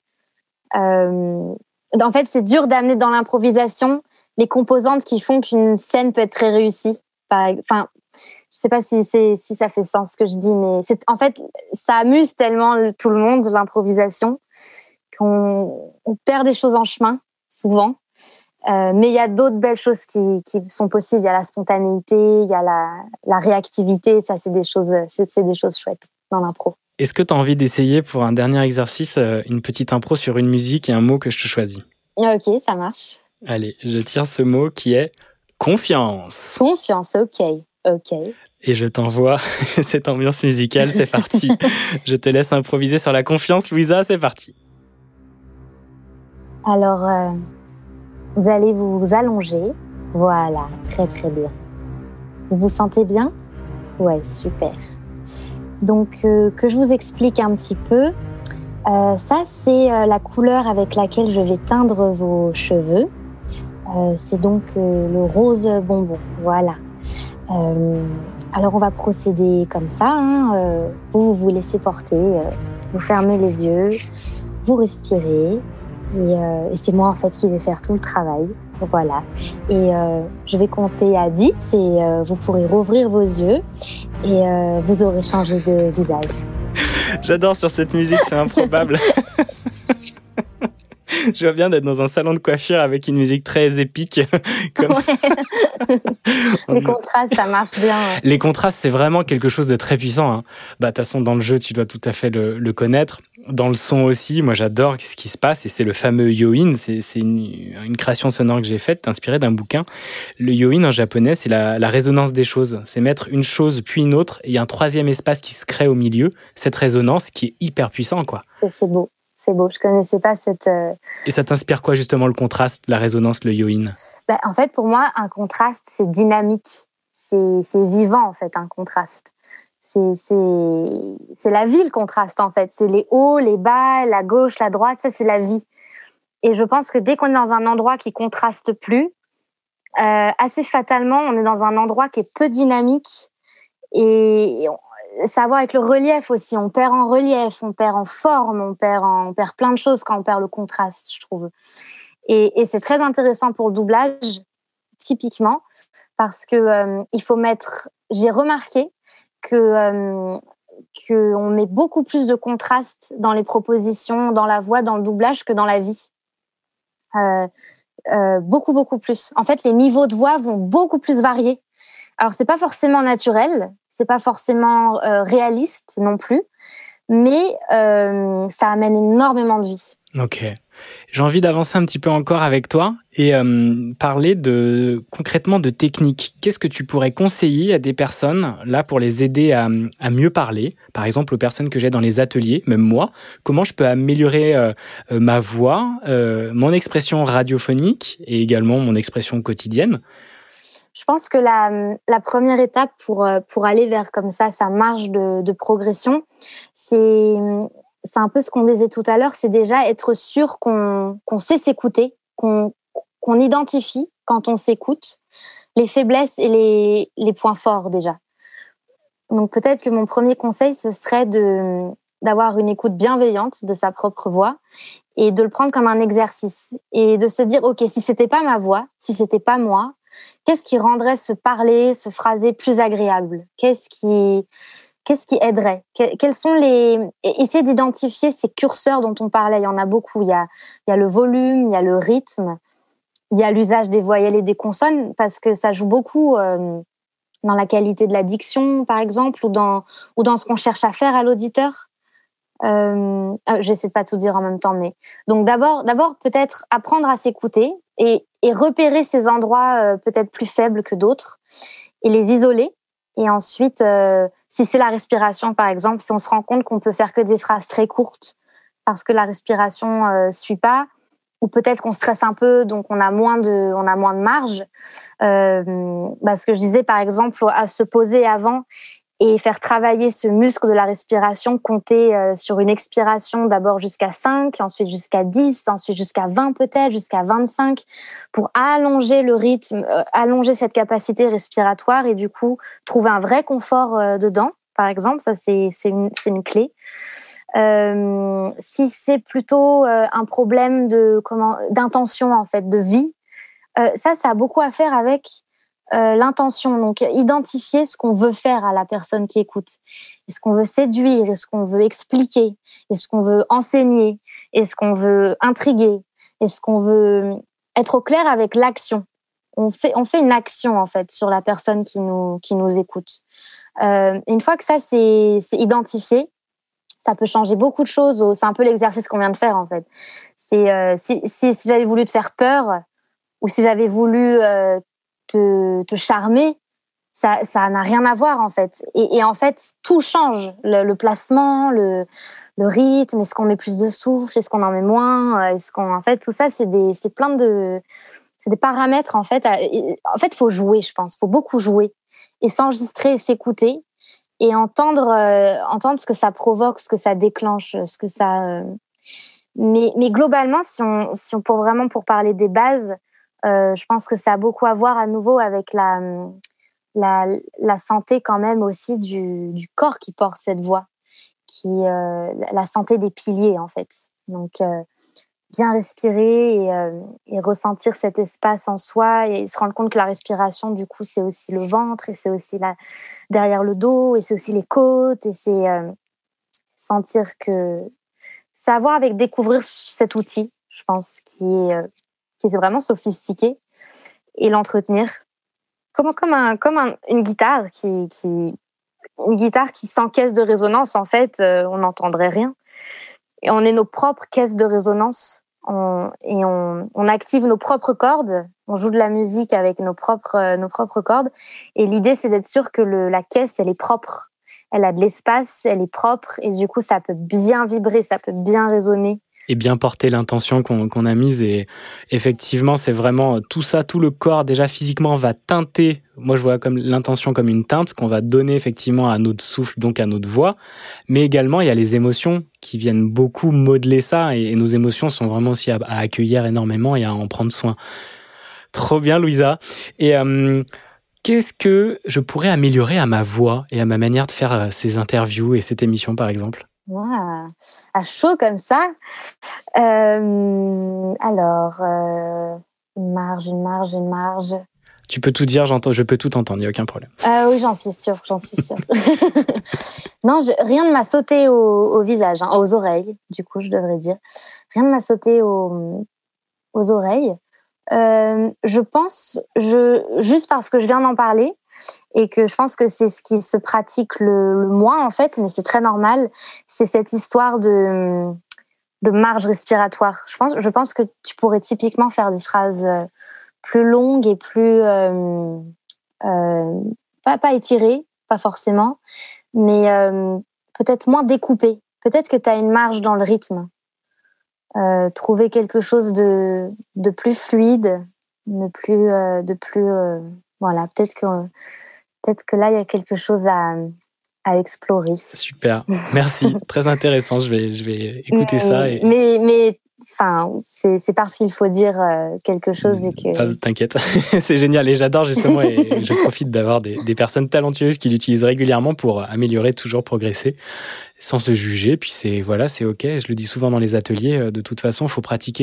[SPEAKER 8] En fait, c'est dur d'amener dans l'improvisation les composantes qui font qu'une scène peut être très réussie. Enfin, je sais pas si ça fait sens ce que je dis, mais en fait, ça amuse tellement tout le monde, l'improvisation, qu'on perd des choses en chemin, souvent. Mais il y a d'autres belles choses qui sont possibles. Il y a la spontanéité, il y a la réactivité. Ça, c'est des choses chouettes dans l'impro.
[SPEAKER 7] Est-ce que tu as envie d'essayer pour un dernier exercice une petite impro sur une musique et un mot que je te choisis?
[SPEAKER 8] Ok, ça marche.
[SPEAKER 7] Allez, je tire ce mot qui est confiance.
[SPEAKER 8] Confiance, ok.
[SPEAKER 7] Et je t'envoie cette ambiance musicale, c'est parti. Je te laisse improviser sur la confiance, Louisa, c'est parti.
[SPEAKER 8] Alors, vous allez vous allonger. Voilà, très très bien. Vous vous sentez bien? Ouais, super. Donc, que je vous explique un petit peu. Ça, c'est la couleur avec laquelle je vais teindre vos cheveux. C'est donc le rose bonbon. Voilà. Alors, on va procéder comme ça. Hein. Vous vous laissez porter. Vous fermez les yeux. Vous respirez. Et c'est moi, en fait, qui vais faire tout le travail. Voilà. Et je vais compter à 10 et vous pourrez rouvrir vos yeux. et vous aurez changé de visage.
[SPEAKER 7] J'adore sur cette musique, c'est improbable. Je vois bien d'être dans un salon de coiffure avec une musique très épique. Comme...
[SPEAKER 8] Ouais. Les contrastes, ça marche bien. Ouais.
[SPEAKER 7] Les contrastes, c'est vraiment quelque chose de très puissant. Hein. Bah, de toute façon, dans le jeu, tu dois tout à fait le connaître. Dans le son aussi, moi, j'adore ce qui se passe. Et c'est le fameux Yoin. C'est une création sonore que j'ai faite, inspirée d'un bouquin. Le Yoin, en japonais, c'est la résonance des choses. C'est mettre une chose puis une autre. Et il y a un troisième espace qui se crée au milieu. Cette résonance qui est hyper puissant, quoi.
[SPEAKER 8] C'est beau. C'est beau, je connaissais pas cette...
[SPEAKER 7] Et ça t'inspire quoi, justement, le contraste, la résonance, le yoin?
[SPEAKER 8] En fait, pour moi, un contraste, c'est dynamique. C'est vivant, en fait, un contraste. C'est la vie, le contraste, en fait. C'est les hauts, les bas, la gauche, la droite, ça, c'est la vie. Et je pense que dès qu'on est dans un endroit qui contraste plus, assez fatalement, on est dans un endroit qui est peu dynamique. Et ça a à voir avec le relief aussi. On perd en relief, on perd en forme, on perd plein de choses quand on perd le contraste, je trouve. Et c'est très intéressant pour le doublage, typiquement, parce que il faut mettre. J'ai remarqué que on met beaucoup plus de contraste dans les propositions, dans la voix, dans le doublage que dans la vie. Beaucoup plus. En fait, les niveaux de voix vont beaucoup plus varier. Alors, c'est pas forcément naturel, c'est pas forcément réaliste non plus, mais ça amène énormément de vie.
[SPEAKER 7] Ok. J'ai envie d'avancer un petit peu encore avec toi et parler concrètement de technique. Qu'est-ce que tu pourrais conseiller à des personnes, là, pour les aider à mieux parler? Par exemple, aux personnes que j'ai dans les ateliers, même moi, comment je peux améliorer ma voix, mon expression radiophonique et également mon expression quotidienne?
[SPEAKER 8] Je pense que la première étape pour aller vers comme ça, sa marge de progression, c'est un peu ce qu'on disait tout à l'heure, c'est déjà être sûr qu'on sait s'écouter, qu'on identifie quand on s'écoute les faiblesses et les points forts déjà. Donc peut-être que mon premier conseil, ce serait d'avoir une écoute bienveillante de sa propre voix et de le prendre comme un exercice et de se dire, ok, si c'était pas ma voix, si c'était pas moi, qu'est-ce qui rendrait ce parler, ce phraser plus agréable? Qu'est-ce qui aiderait? Quels sont essayer d'identifier ces curseurs dont on parlait. Il y en a beaucoup. Il y a le volume, il y a le rythme, il y a l'usage des voyelles et des consonnes parce que ça joue beaucoup dans la qualité de la diction, par exemple, ou dans ce qu'on cherche à faire à l'auditeur. J'essaie de pas tout dire en même temps, mais donc d'abord peut-être apprendre à s'écouter et repérer ces endroits peut-être plus faibles que d'autres et les isoler. Et ensuite, si c'est la respiration, par exemple, si on se rend compte qu'on peut faire que des phrases très courtes parce que la respiration suit pas, ou peut-être qu'on stresse un peu, donc on a moins de marge. Ce que je disais, par exemple, à se poser avant et faire travailler ce muscle de la respiration, compter sur une expiration d'abord jusqu'à 5, ensuite jusqu'à 10, ensuite jusqu'à 20 peut-être, jusqu'à 25, pour allonger le rythme, allonger cette capacité respiratoire et du coup trouver un vrai confort dedans, par exemple. Ça, c'est une clé. Si c'est plutôt un problème d'intention, en fait, de vie, ça a beaucoup à faire avec l'intention, donc identifier ce qu'on veut faire à la personne qui écoute. Est-ce qu'on veut séduire? Est-ce qu'on veut expliquer? Est-ce qu'on veut enseigner? Est-ce qu'on veut intriguer? Est-ce qu'on veut être au clair avec l'action? On fait une action en fait sur la personne qui nous écoute. Une fois que ça c'est identifié, ça peut changer beaucoup de choses. C'est un peu l'exercice qu'on vient de faire en fait. C'est si j'avais voulu te faire peur ou si j'avais voulu te charmer, ça n'a rien à voir en fait. Et en fait, tout change. Le placement, le rythme, est-ce qu'on met plus de souffle, est-ce qu'on en met moins, en fait, tout ça, c'est des paramètres en fait. En fait, faut jouer, je pense. Faut beaucoup jouer et s'enregistrer, et s'écouter et entendre ce que ça provoque, ce que ça déclenche, ce que ça. Mais globalement, si on pour parler des bases. Je pense que ça a beaucoup à voir à nouveau avec la santé quand même aussi du corps qui porte cette voix, la santé des piliers en fait. Donc bien respirer et ressentir cet espace en soi et se rendre compte que la respiration, du coup, c'est aussi le ventre et c'est aussi derrière le dos et c'est aussi les côtes et c'est sentir que ça a à voir avec découvrir cet outil, je pense, qui est vraiment sophistiqué et l'entretenir comme une guitare une guitare qui sans caisse de résonance, en fait, on n'entendrait rien. Et on est nos propres caisses de résonance. On active nos propres cordes. On joue de la musique avec nos propres cordes. Et l'idée, c'est d'être sûr que la caisse, elle est propre. Elle a de l'espace, elle est propre. Et du coup, ça peut bien vibrer, ça peut bien résonner.
[SPEAKER 7] Et bien porter l'intention qu'on a mise. Et effectivement, c'est vraiment tout ça, tout le corps, déjà physiquement, va teinter. Moi, je vois comme l'intention comme une teinte qu'on va donner effectivement à notre souffle, donc à notre voix. Mais également, il y a les émotions qui viennent beaucoup modeler ça. Et nos émotions sont vraiment aussi à accueillir énormément et à en prendre soin. Trop bien, Louisa. Et qu'est-ce que je pourrais améliorer à ma voix et à ma manière de faire ces interviews et cette émission, par exemple ?
[SPEAKER 8] Wow. À chaud comme ça. Alors, une marge.
[SPEAKER 7] Tu peux tout dire, je peux tout entendre, il n'y a aucun problème.
[SPEAKER 8] Oui, j'en suis sûre. Non, rien ne m'a sauté au visage, hein, aux oreilles, du coup, je devrais dire. Rien ne m'a sauté aux oreilles. Je pense, juste parce que je viens d'en parler, et que je pense que c'est ce qui se pratique le moins, en fait, mais c'est très normal, c'est cette histoire de marge respiratoire. Je pense que tu pourrais typiquement faire des phrases plus longues et plus... pas étirées, pas forcément, mais peut-être moins découpées. Peut-être que tu as une marge dans le rythme. Trouver quelque chose de plus fluide, de plus voilà, peut-être que là il y a quelque chose à explorer.
[SPEAKER 7] Super, merci, très intéressant. Je vais écouter ça.
[SPEAKER 8] Mais enfin, c'est parce qu'il faut dire quelque chose et que...
[SPEAKER 7] T'inquiète, c'est génial et j'adore justement et je profite d'avoir des personnes talentueuses qui l'utilisent régulièrement pour améliorer, toujours progresser sans se juger. Puis c'est ok. Je le dis souvent dans les ateliers. De toute façon, il faut pratiquer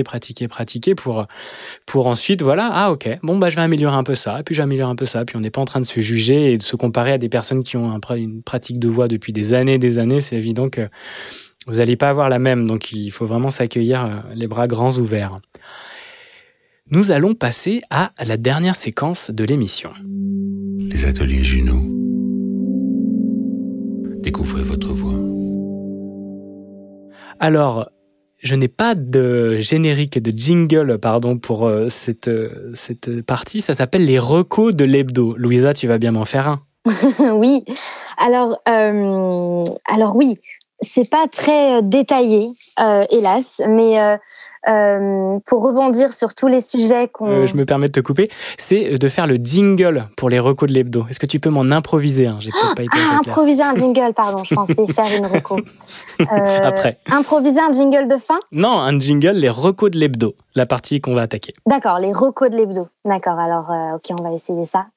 [SPEAKER 7] pour ensuite ok. Bon je vais améliorer un peu ça, puis j'améliore un peu ça. Puis on n'est pas en train de se juger et de se comparer à des personnes qui ont une pratique de voix depuis des années. C'est évident que vous n'allez pas avoir la même, donc il faut vraiment s'accueillir les bras grands ouverts. Nous allons passer à la dernière séquence de l'émission.
[SPEAKER 13] Les ateliers Juno. Découvrez votre voix.
[SPEAKER 7] Alors, je n'ai pas de générique, de jingle, pour cette partie. Ça s'appelle les recos de l'hebdo. Louisa, tu vas bien m'en faire un?
[SPEAKER 8] Oui. Alors oui. C'est pas très détaillé, hélas, mais pour rebondir sur tous les sujets qu'on...
[SPEAKER 7] je me permets de te couper, c'est de faire le jingle pour les recos de l'hebdo. Est-ce que tu peux m'en improviser un? J'ai peut-être pas été assez clair.
[SPEAKER 8] Improviser un jingle, pardon, je pensais faire une reco.
[SPEAKER 7] Après.
[SPEAKER 8] Improviser un jingle de fin?
[SPEAKER 7] Non, un jingle, les recos de l'hebdo, la partie qu'on va attaquer.
[SPEAKER 8] D'accord, les recos de l'hebdo. D'accord, alors, ok, on va essayer ça.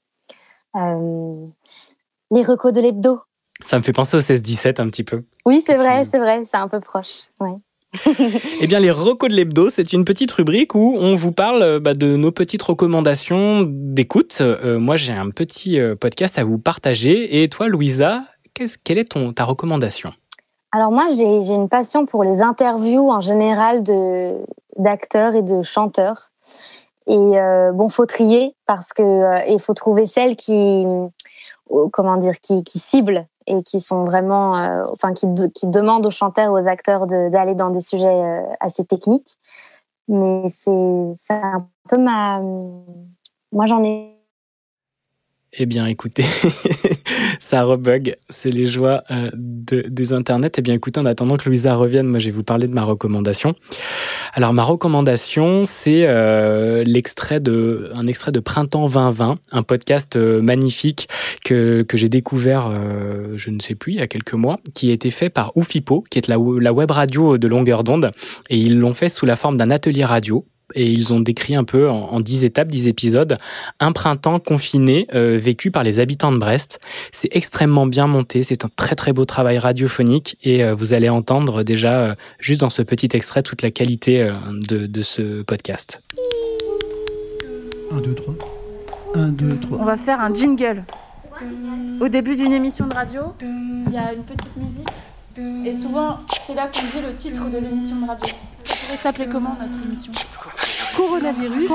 [SPEAKER 8] Les recos de l'hebdo.
[SPEAKER 7] Ça me fait penser au 16-17 un petit peu.
[SPEAKER 8] Oui, c'est vrai, c'est un peu proche. Ouais.
[SPEAKER 7] Eh bien, les recos de l'hebdo, c'est une petite rubrique où on vous parle de nos petites recommandations d'écoute. Moi, j'ai un petit podcast à vous partager. Et toi, Louisa, quelle est ta recommandation?
[SPEAKER 8] Alors moi, j'ai une passion pour les interviews en général d'acteurs et de chanteurs. Et faut trier parce que il faut trouver celles qui ciblent et qui sont vraiment, qui demandent aux chanteurs, aux acteurs d'aller dans des sujets assez techniques. Mais c'est un peu moi, j'en ai...
[SPEAKER 7] Eh bien, écoutez, ça rebug, c'est les joies des internets. Eh bien, écoutez, en attendant que Louisa revienne, moi, je vais vous parler de ma recommandation. Alors, ma recommandation, c'est un extrait de Printemps 2020, un podcast magnifique que j'ai découvert, je ne sais plus, il y a quelques mois, qui a été fait par Oufipo, qui est la web radio de longueur d'onde, et ils l'ont fait sous la forme d'un atelier radio. et ils ont décrit un peu en 10 étapes, 10 épisodes, un printemps confiné vécu par les habitants de Brest. C'est extrêmement bien monté, c'est un très très beau travail radiophonique et vous allez entendre déjà, juste dans ce petit extrait, toute la qualité de ce podcast.
[SPEAKER 14] 1, 2, 3. 1, 2, 3.
[SPEAKER 15] On va faire un jingle. Au début d'une émission de radio, il y a une petite musique et souvent c'est là qu'on dit le titre de l'émission de radio. Ça pourrait s'appeler comment notre émission ? Coronavirus.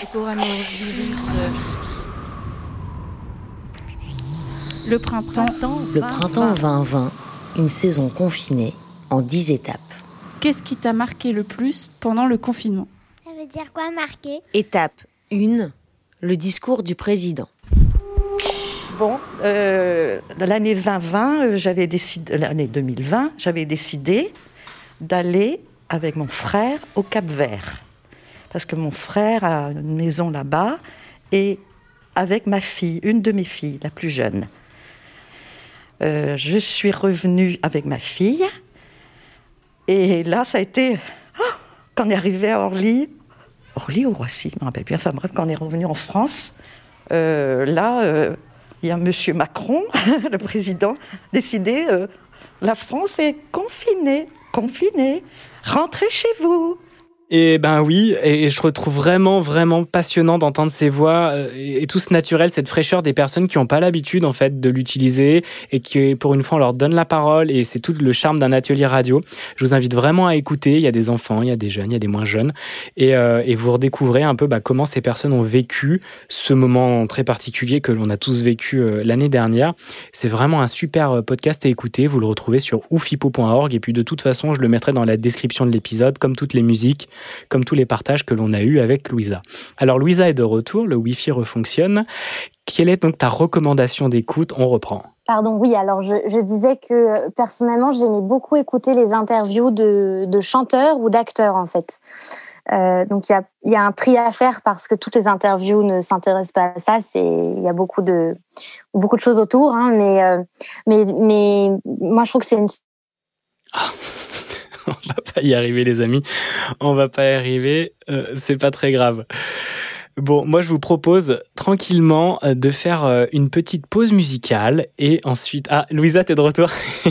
[SPEAKER 15] Le printemps
[SPEAKER 16] 2020, une saison confinée en 10 étapes.
[SPEAKER 15] Qu'est-ce qui t'a marqué le plus pendant le confinement ?
[SPEAKER 11] Ça veut dire quoi marquer ?
[SPEAKER 16] Étape 1, le discours du président.
[SPEAKER 17] Bon, l'année 2020, l'année 2020, j'avais décidé d'aller avec mon frère au Cap-Vert. Parce que mon frère a une maison là-bas et avec ma fille, une de mes filles, la plus jeune. Je suis revenue avec ma fille et là, ça a été... quand on est arrivé à Orly ou Roissy, je me rappelle bien, enfin bref, quand on est revenu en France, il y a M. Macron, le président, décidé, la France est confinée, rentrez chez vous.
[SPEAKER 7] Et ben oui, et je retrouve vraiment, vraiment passionnant d'entendre ces voix et tout ce naturel, cette fraîcheur des personnes qui n'ont pas l'habitude en fait de l'utiliser et qui pour une fois on leur donne la parole et c'est tout le charme d'un atelier radio. Je vous invite vraiment à écouter, il y a des enfants, il y a des jeunes, il y a des moins jeunes et vous redécouvrez un peu comment ces personnes ont vécu ce moment très particulier que l'on a tous vécu l'année dernière. C'est vraiment un super podcast à écouter, vous le retrouvez sur oufipo.org et puis de toute façon je le mettrai dans la description de l'épisode comme toutes les musiques, comme tous les partages que l'on a eus avec Louisa. Alors Louisa est de retour, le Wi-Fi refonctionne. Quelle est donc ta recommandation d'écoute ? On reprend.
[SPEAKER 8] Pardon, oui, alors je disais que personnellement, j'aimais beaucoup écouter les interviews de chanteurs ou d'acteurs en fait. Donc il y a un tri à faire parce que toutes les interviews ne s'intéressent pas à ça. Il y a beaucoup de choses autour, hein, mais moi je trouve que c'est une...
[SPEAKER 7] On va pas y arriver, les amis. On va pas y arriver. C'est pas très grave. Bon, moi, je vous propose tranquillement de faire une petite pause musicale et ensuite... Ah, Louisa, t'es de retour.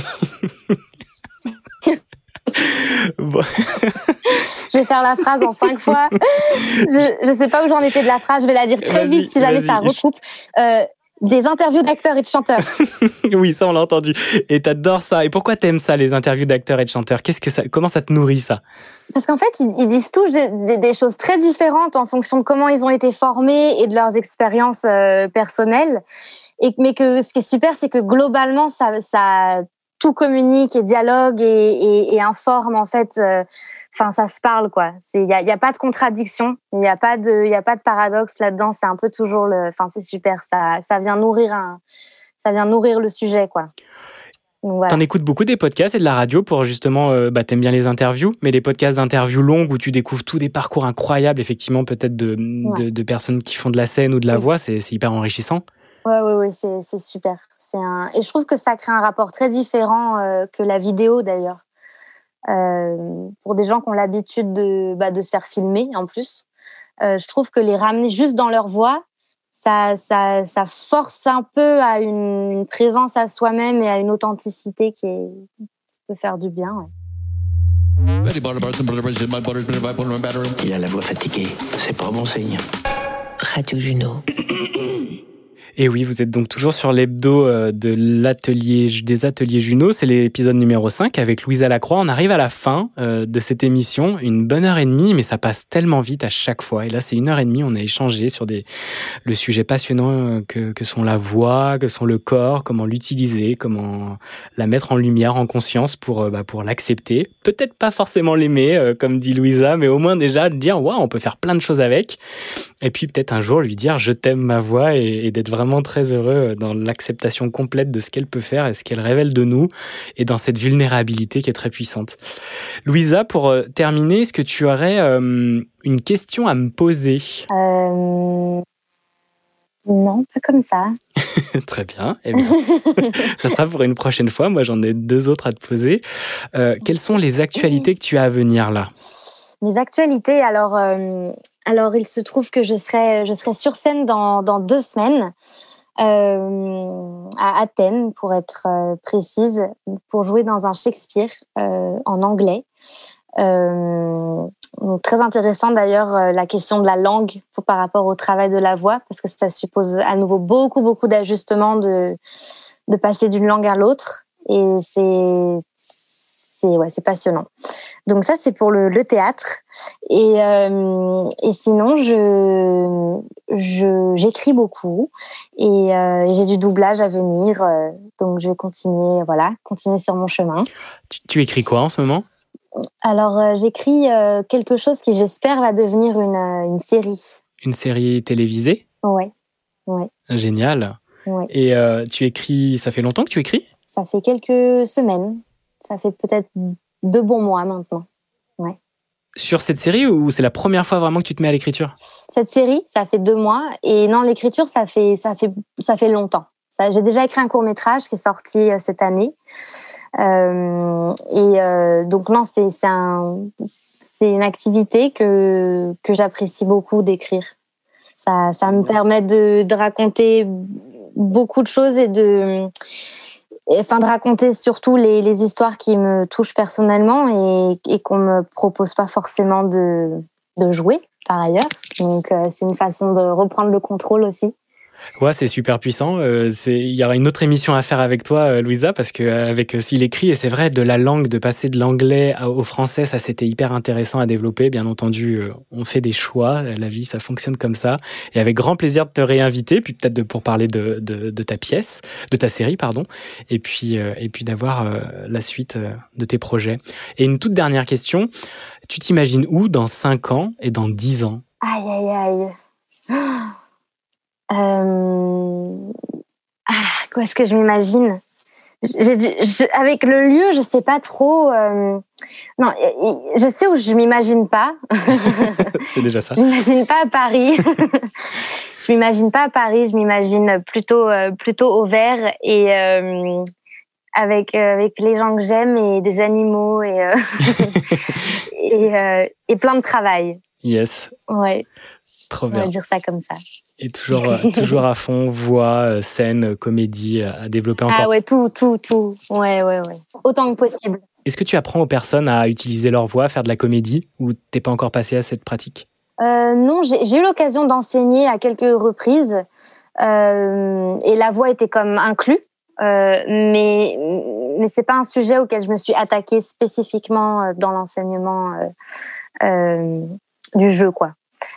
[SPEAKER 7] Bon.
[SPEAKER 8] Je vais faire la phrase en 5 fois. Je sais pas où j'en étais de la phrase. Je vais la dire très vite si jamais ça recoupe. Des interviews d'acteurs et de chanteurs.
[SPEAKER 7] Oui, ça on l'a entendu. Et t'adores ça. Et pourquoi t'aimes ça, les interviews d'acteurs et de chanteurs ? Comment ça te nourrit ça ?
[SPEAKER 8] Parce qu'en fait, ils disent tous des choses très différentes en fonction de comment ils ont été formés et de leurs expériences personnelles. Mais que ce qui est super, c'est que globalement, ça tout communique et dialogue et informe en fait. Ça se parle quoi. Il y a pas de contradiction, il y a pas de paradoxe là-dedans. C'est un peu toujours c'est super. Ça vient nourrir le sujet quoi. Donc, voilà.
[SPEAKER 7] T'en écoutes beaucoup des podcasts et de la radio pour justement, t'aimes bien les interviews, mais les podcasts d'interviews longues où tu découvres tous des parcours incroyables, effectivement peut-être de personnes qui font de la scène ou de la voix, c'est hyper enrichissant. Oui,
[SPEAKER 8] c'est super. Et je trouve que ça crée un rapport très différent que la vidéo d'ailleurs. Pour des gens qui ont l'habitude de se faire filmer en plus, je trouve que les ramener juste dans leur voix, ça force un peu à une présence à soi-même et à une authenticité qui peut faire du bien. Ouais.
[SPEAKER 5] Il a la voix fatiguée, c'est pas bon signe.
[SPEAKER 6] Radio Juno.
[SPEAKER 7] Et oui, vous êtes donc toujours sur l'hebdo des ateliers Juno. C'est l'épisode numéro 5 avec Louisa Lacroix. On arrive à la fin de cette émission. Une bonne heure et demie, mais ça passe tellement vite à chaque fois. Et là, c'est 1h30. On a échangé sur le sujet passionnant que sont la voix, que sont le corps, comment l'utiliser, comment la mettre en lumière, en conscience pour l'accepter. Peut-être pas forcément l'aimer, comme dit Louisa, mais au moins déjà dire, waouh, on peut faire plein de choses avec. Et puis peut-être un jour lui dire, je t'aime ma voix et d'être vraiment très heureux dans l'acceptation complète de ce qu'elle peut faire et ce qu'elle révèle de nous et dans cette vulnérabilité qui est très puissante. Louisa, pour terminer, est-ce que tu aurais une question à me poser ?
[SPEAKER 8] Non, pas comme ça.
[SPEAKER 7] Très bien. Eh bien, ça sera pour une prochaine fois. Moi, j'en ai 2 autres à te poser. Quelles sont les actualités que tu as à venir là ?
[SPEAKER 8] Mes actualités, alors il se trouve que je serai sur scène dans 2 semaines à Athènes, pour être précise, pour jouer dans un Shakespeare en anglais. Donc, très intéressant d'ailleurs la question de la langue par rapport au travail de la voix, parce que ça suppose à nouveau beaucoup d'ajustements de passer d'une langue à l'autre, et c'est passionnant. Donc ça, c'est pour le théâtre. Et sinon, j'écris beaucoup, et j'ai du doublage à venir. Donc je vais continuer sur mon chemin.
[SPEAKER 7] Tu écris quoi en ce moment ?
[SPEAKER 8] Alors, j'écris quelque chose qui, j'espère, va devenir une série.
[SPEAKER 7] Une série télévisée ?
[SPEAKER 8] Ouais.
[SPEAKER 7] Génial.
[SPEAKER 8] Ouais.
[SPEAKER 7] Et tu écris, ça fait longtemps que tu écris ?
[SPEAKER 8] Ça fait quelques semaines. Ça fait peut-être 2 bons mois maintenant. Ouais.
[SPEAKER 7] Sur cette série, ou c'est la première fois vraiment que tu te mets à l'écriture ? Cette
[SPEAKER 8] série, ça fait 2 mois. Et non, l'écriture, ça fait longtemps. J'ai déjà écrit un court-métrage qui est sorti cette année. Donc non, c'est une activité que j'apprécie beaucoup d'écrire. Ça me permet de raconter beaucoup de choses et de raconter surtout les histoires qui me touchent personnellement et qu'on me propose pas forcément de jouer par ailleurs. Donc c'est une façon de reprendre le contrôle aussi.
[SPEAKER 7] Ouais, c'est super puissant. Il y aura une autre émission à faire avec toi, Louisa, parce que avec s'il écrit, et c'est vrai, de la langue, de passer de l'anglais au français, ça c'était hyper intéressant à développer. Bien entendu, on fait des choix, la vie, ça fonctionne comme ça. Et avec grand plaisir de te réinviter, puis peut-être pour parler de ta pièce, de ta série, pardon, et puis d'avoir la suite de tes projets. Et une toute dernière question, tu t'imagines où dans 5 ans et dans 10 ans ?
[SPEAKER 8] Aïe. Quoi est-ce que je m'imagine ? Avec le lieu, je sais pas trop. Non, je sais où je m'imagine pas.
[SPEAKER 7] C'est déjà ça.
[SPEAKER 8] Je m'imagine pas à Paris. Je m'imagine pas à Paris. Je m'imagine plutôt au vert et avec les gens que j'aime et des animaux et plein de travail.
[SPEAKER 7] Yes.
[SPEAKER 8] Ouais.
[SPEAKER 7] Trop bien.
[SPEAKER 8] On va dire ça comme ça.
[SPEAKER 7] Et toujours à fond, voix, scène, comédie, à développer encore.
[SPEAKER 8] Ah ouais, tout. Ouais. Autant que possible.
[SPEAKER 7] Est-ce que tu apprends aux personnes à utiliser leur voix, à faire de la comédie, ou t'es pas encore passé à cette pratique ?
[SPEAKER 8] Non, j'ai eu l'occasion d'enseigner à quelques reprises, et la voix était comme inclus, mais c'est pas un sujet auquel je me suis attaquée spécifiquement dans l'enseignement du jeu, quoi.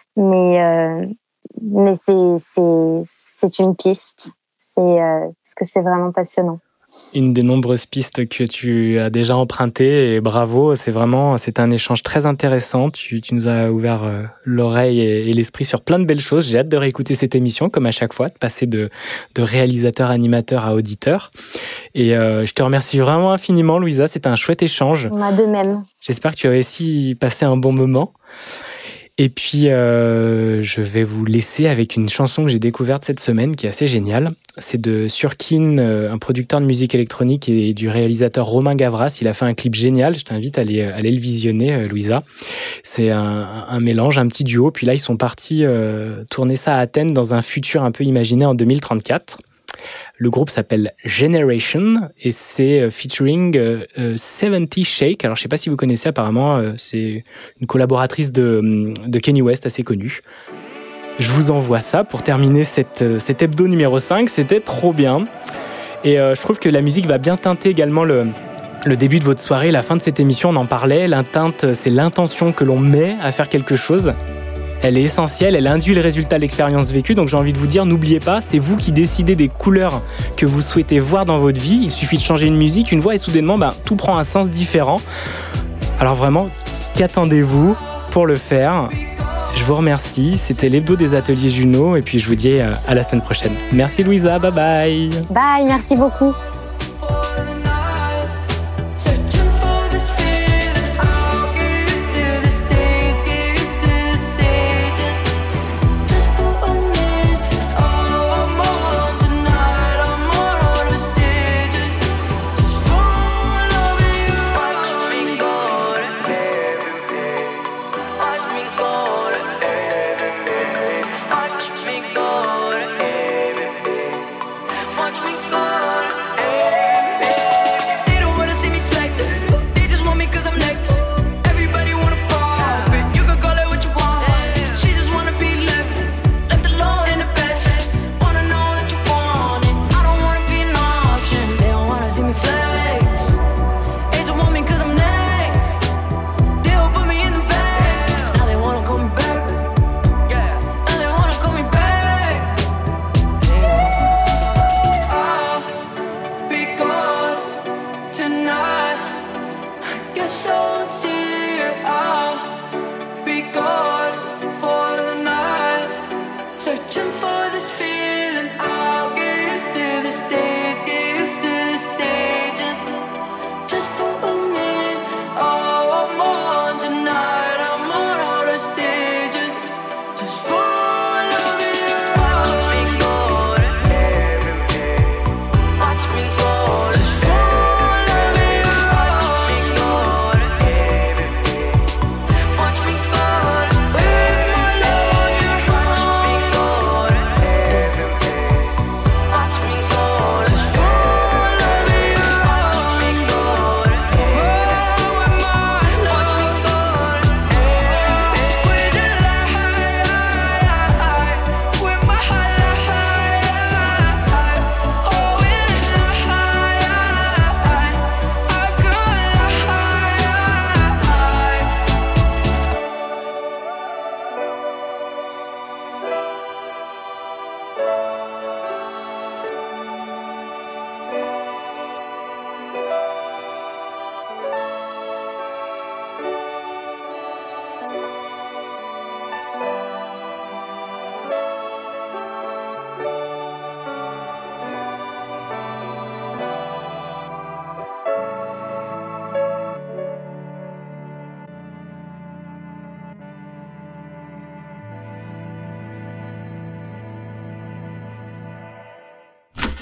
[SPEAKER 8] Mais c'est une piste, parce que c'est vraiment passionnant.
[SPEAKER 7] Une des nombreuses pistes que tu as déjà empruntées, et bravo, c'est un échange très intéressant. Tu nous as ouvert l'oreille et l'esprit sur plein de belles choses. J'ai hâte de réécouter cette émission, comme à chaque fois, de passer de réalisateur, animateur à auditeur. Et je te remercie vraiment infiniment, Louisa, c'était un chouette échange.
[SPEAKER 8] De même.
[SPEAKER 7] J'espère que tu as aussi passé un bon moment. Et puis, je vais vous laisser avec une chanson que j'ai découverte cette semaine qui est assez géniale. C'est de Surkin, un producteur de musique électronique, et du réalisateur Romain Gavras. Il a fait un clip génial, je t'invite à aller le visionner, Louisa. C'est un mélange, un petit duo. Puis là, ils sont partis tourner ça à Athènes dans un futur un peu imaginé en 2034. Le groupe s'appelle Generation et c'est featuring 70 Shake. Alors, je sais pas si vous connaissez, apparemment, c'est une collaboratrice de Kanye West assez connue. Je vous envoie ça pour terminer cet hebdo numéro 5. C'était trop bien. Et je trouve que la musique va bien teinter également le début de votre soirée, la fin de cette émission. On en parlait. La teinte, c'est l'intention que l'on met à faire quelque chose. Elle est essentielle, elle induit le résultat de l'expérience vécue. Donc j'ai envie de vous dire, n'oubliez pas, c'est vous qui décidez des couleurs que vous souhaitez voir dans votre vie. Il suffit de changer une musique, une voix, et soudainement, tout prend un sens différent. Alors vraiment, qu'attendez-vous pour le faire ? Je vous remercie. C'était l'hebdo des ateliers Juno, et puis je vous dis à la semaine prochaine. Merci Louisa, bye bye.
[SPEAKER 8] Bye, merci beaucoup.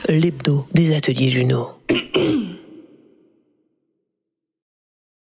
[SPEAKER 6] l'hebdo des ateliers Junot.